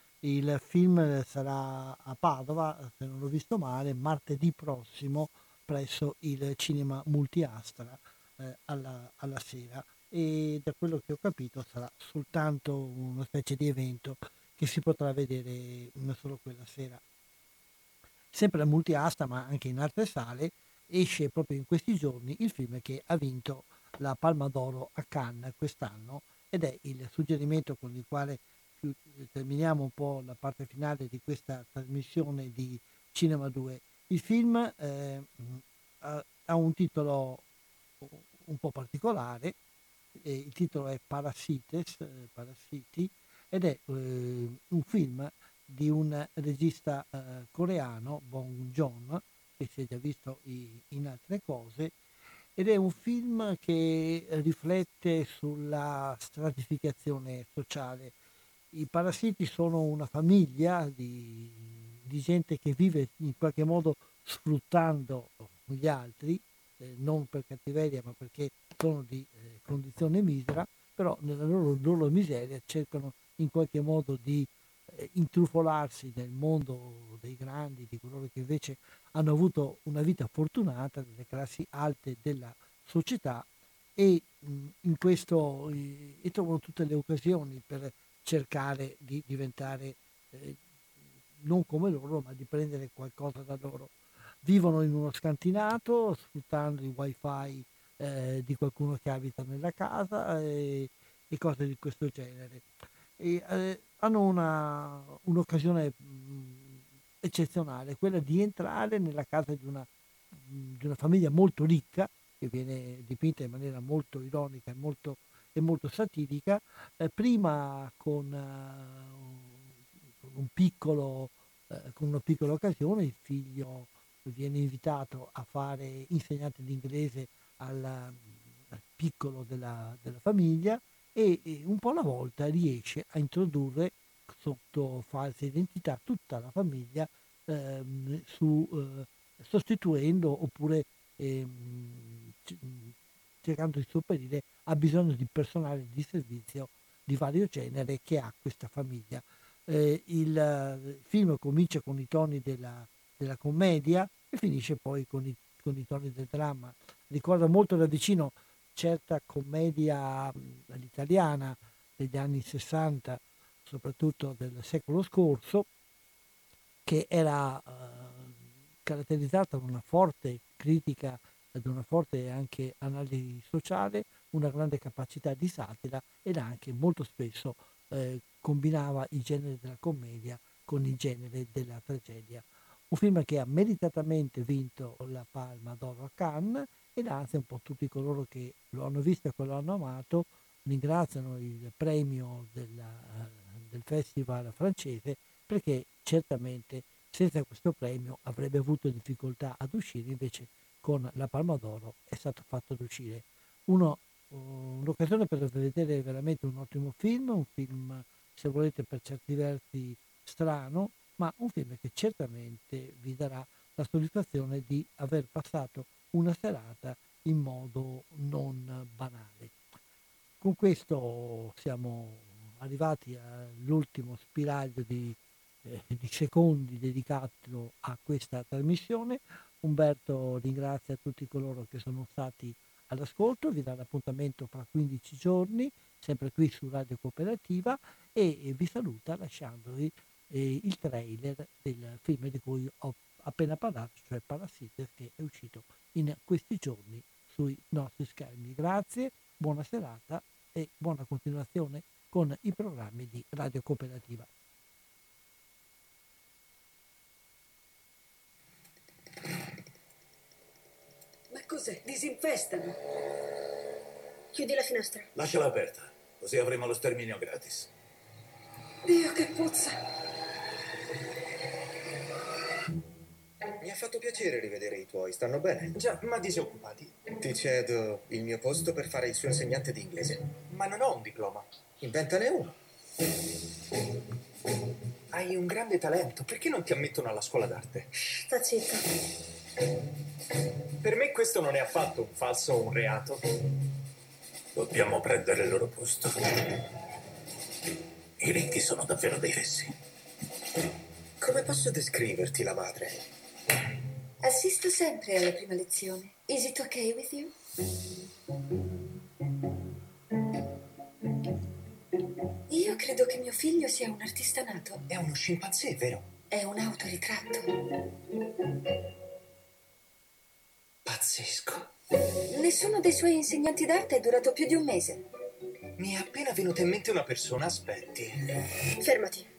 Il film sarà a Padova, se non l'ho visto male, martedì prossimo presso il Cinema Multiastra eh, alla, alla sera, e da quello che ho capito sarà soltanto una specie di evento che si potrà vedere non solo quella sera. Sempre al Multiastra, ma anche in altre sale, esce proprio in questi giorni il film che ha vinto la Palma d'Oro a Cannes quest'anno, ed è il suggerimento con il quale terminiamo un po' la parte finale di questa trasmissione di Cinema due. Il film eh, ha, ha un titolo un po' particolare, eh, il titolo è Parasites, eh, Parassiti, ed è eh, un film di un regista eh, coreano, Bong Joon, che si è già visto i, in altre cose, ed è un film che riflette sulla stratificazione sociale. I parassiti sono una famiglia di, di gente che vive in qualche modo sfruttando gli altri, eh, non per cattiveria ma perché sono di eh, condizione misera, però nella loro, loro miseria cercano in qualche modo di eh, intrufolarsi nel mondo dei grandi, di coloro che invece hanno avuto una vita fortunata, delle classi alte della società, e mh, in questo eh, e trovano tutte le occasioni per cercare di diventare eh, non come loro, ma di prendere qualcosa da loro. Vivono in uno scantinato, sfruttando il wifi eh, di qualcuno che abita nella casa e, e cose di questo genere. E, eh, hanno una, un'occasione mh, eccezionale, quella di entrare nella casa di una, mh, di una famiglia molto ricca, che viene dipinta in maniera molto ironica e molto è molto satirica, eh, prima con, uh, con un piccolo eh, con una piccola occasione. Il figlio viene invitato a fare insegnante di inglese al, al piccolo della, della famiglia, e, e un po' alla volta riesce a introdurre sotto falsa identità tutta la famiglia, ehm, su, eh, sostituendo oppure ehm, cercando di sopperire a bisogno di personale di servizio di vario genere che ha questa famiglia. Eh, il, il film comincia con i toni della, della commedia e finisce poi con i, con i toni del dramma. Ricorda molto da vicino certa commedia all'italiana degli anni sessanta, soprattutto del secolo scorso, che era eh, caratterizzata da una forte critica, ad una forte anche analisi sociale, una grande capacità di satira, ed anche molto spesso eh, combinava il genere della commedia con il genere della tragedia. Un film che ha meritatamente vinto la Palma d'Oro a Cannes, ed anzi un po' tutti coloro che lo hanno visto e che lo hanno amato ringraziano il premio della, del festival francese, perché certamente senza questo premio avrebbe avuto difficoltà ad uscire, invece con la Palma d'Oro è stato fatto ad uscire. Uno, un'occasione per vedere veramente un ottimo film, un film, se volete, per certi versi strano, ma un film che certamente vi darà la soddisfazione di aver passato una serata in modo non banale. Con questo siamo arrivati all'ultimo spiraglio di, eh, di secondi dedicato a questa trasmissione. Umberto ringrazia tutti coloro che sono stati all'ascolto, vi dà l'appuntamento fra quindici giorni, sempre qui su Radio Cooperativa, e vi saluta lasciandovi eh, il trailer del film di cui ho appena parlato, cioè Parasite, che è uscito in questi giorni sui nostri schermi. Grazie, buona serata e buona continuazione con i programmi di Radio Cooperativa. Ma cos'è? Disinfestano. Chiudi la finestra. Lasciala aperta, così avremo lo sterminio gratis. Dio, che puzza! Mi ha fatto piacere rivedere i tuoi, stanno bene? Già, ma disoccupati. Ti cedo il mio posto per fare il suo insegnante di inglese. Ma non ho un diploma. Inventane uno. Hai un grande talento, perché non ti ammettono alla scuola d'arte? Sta zitta. Per me questo non è affatto un falso o un reato. Dobbiamo prendere il loro posto. I ricchi sono davvero dei fessi. Come posso descriverti la madre? Assisto sempre alla prima lezione. Is it okay with you? Io credo che mio figlio sia un artista nato. È uno scimpanzé, vero? È un autoritratto. Pazzesco. Nessuno dei suoi insegnanti d'arte è durato più di un mese. Mi è appena venuta in mente una persona, aspetti. Fermati.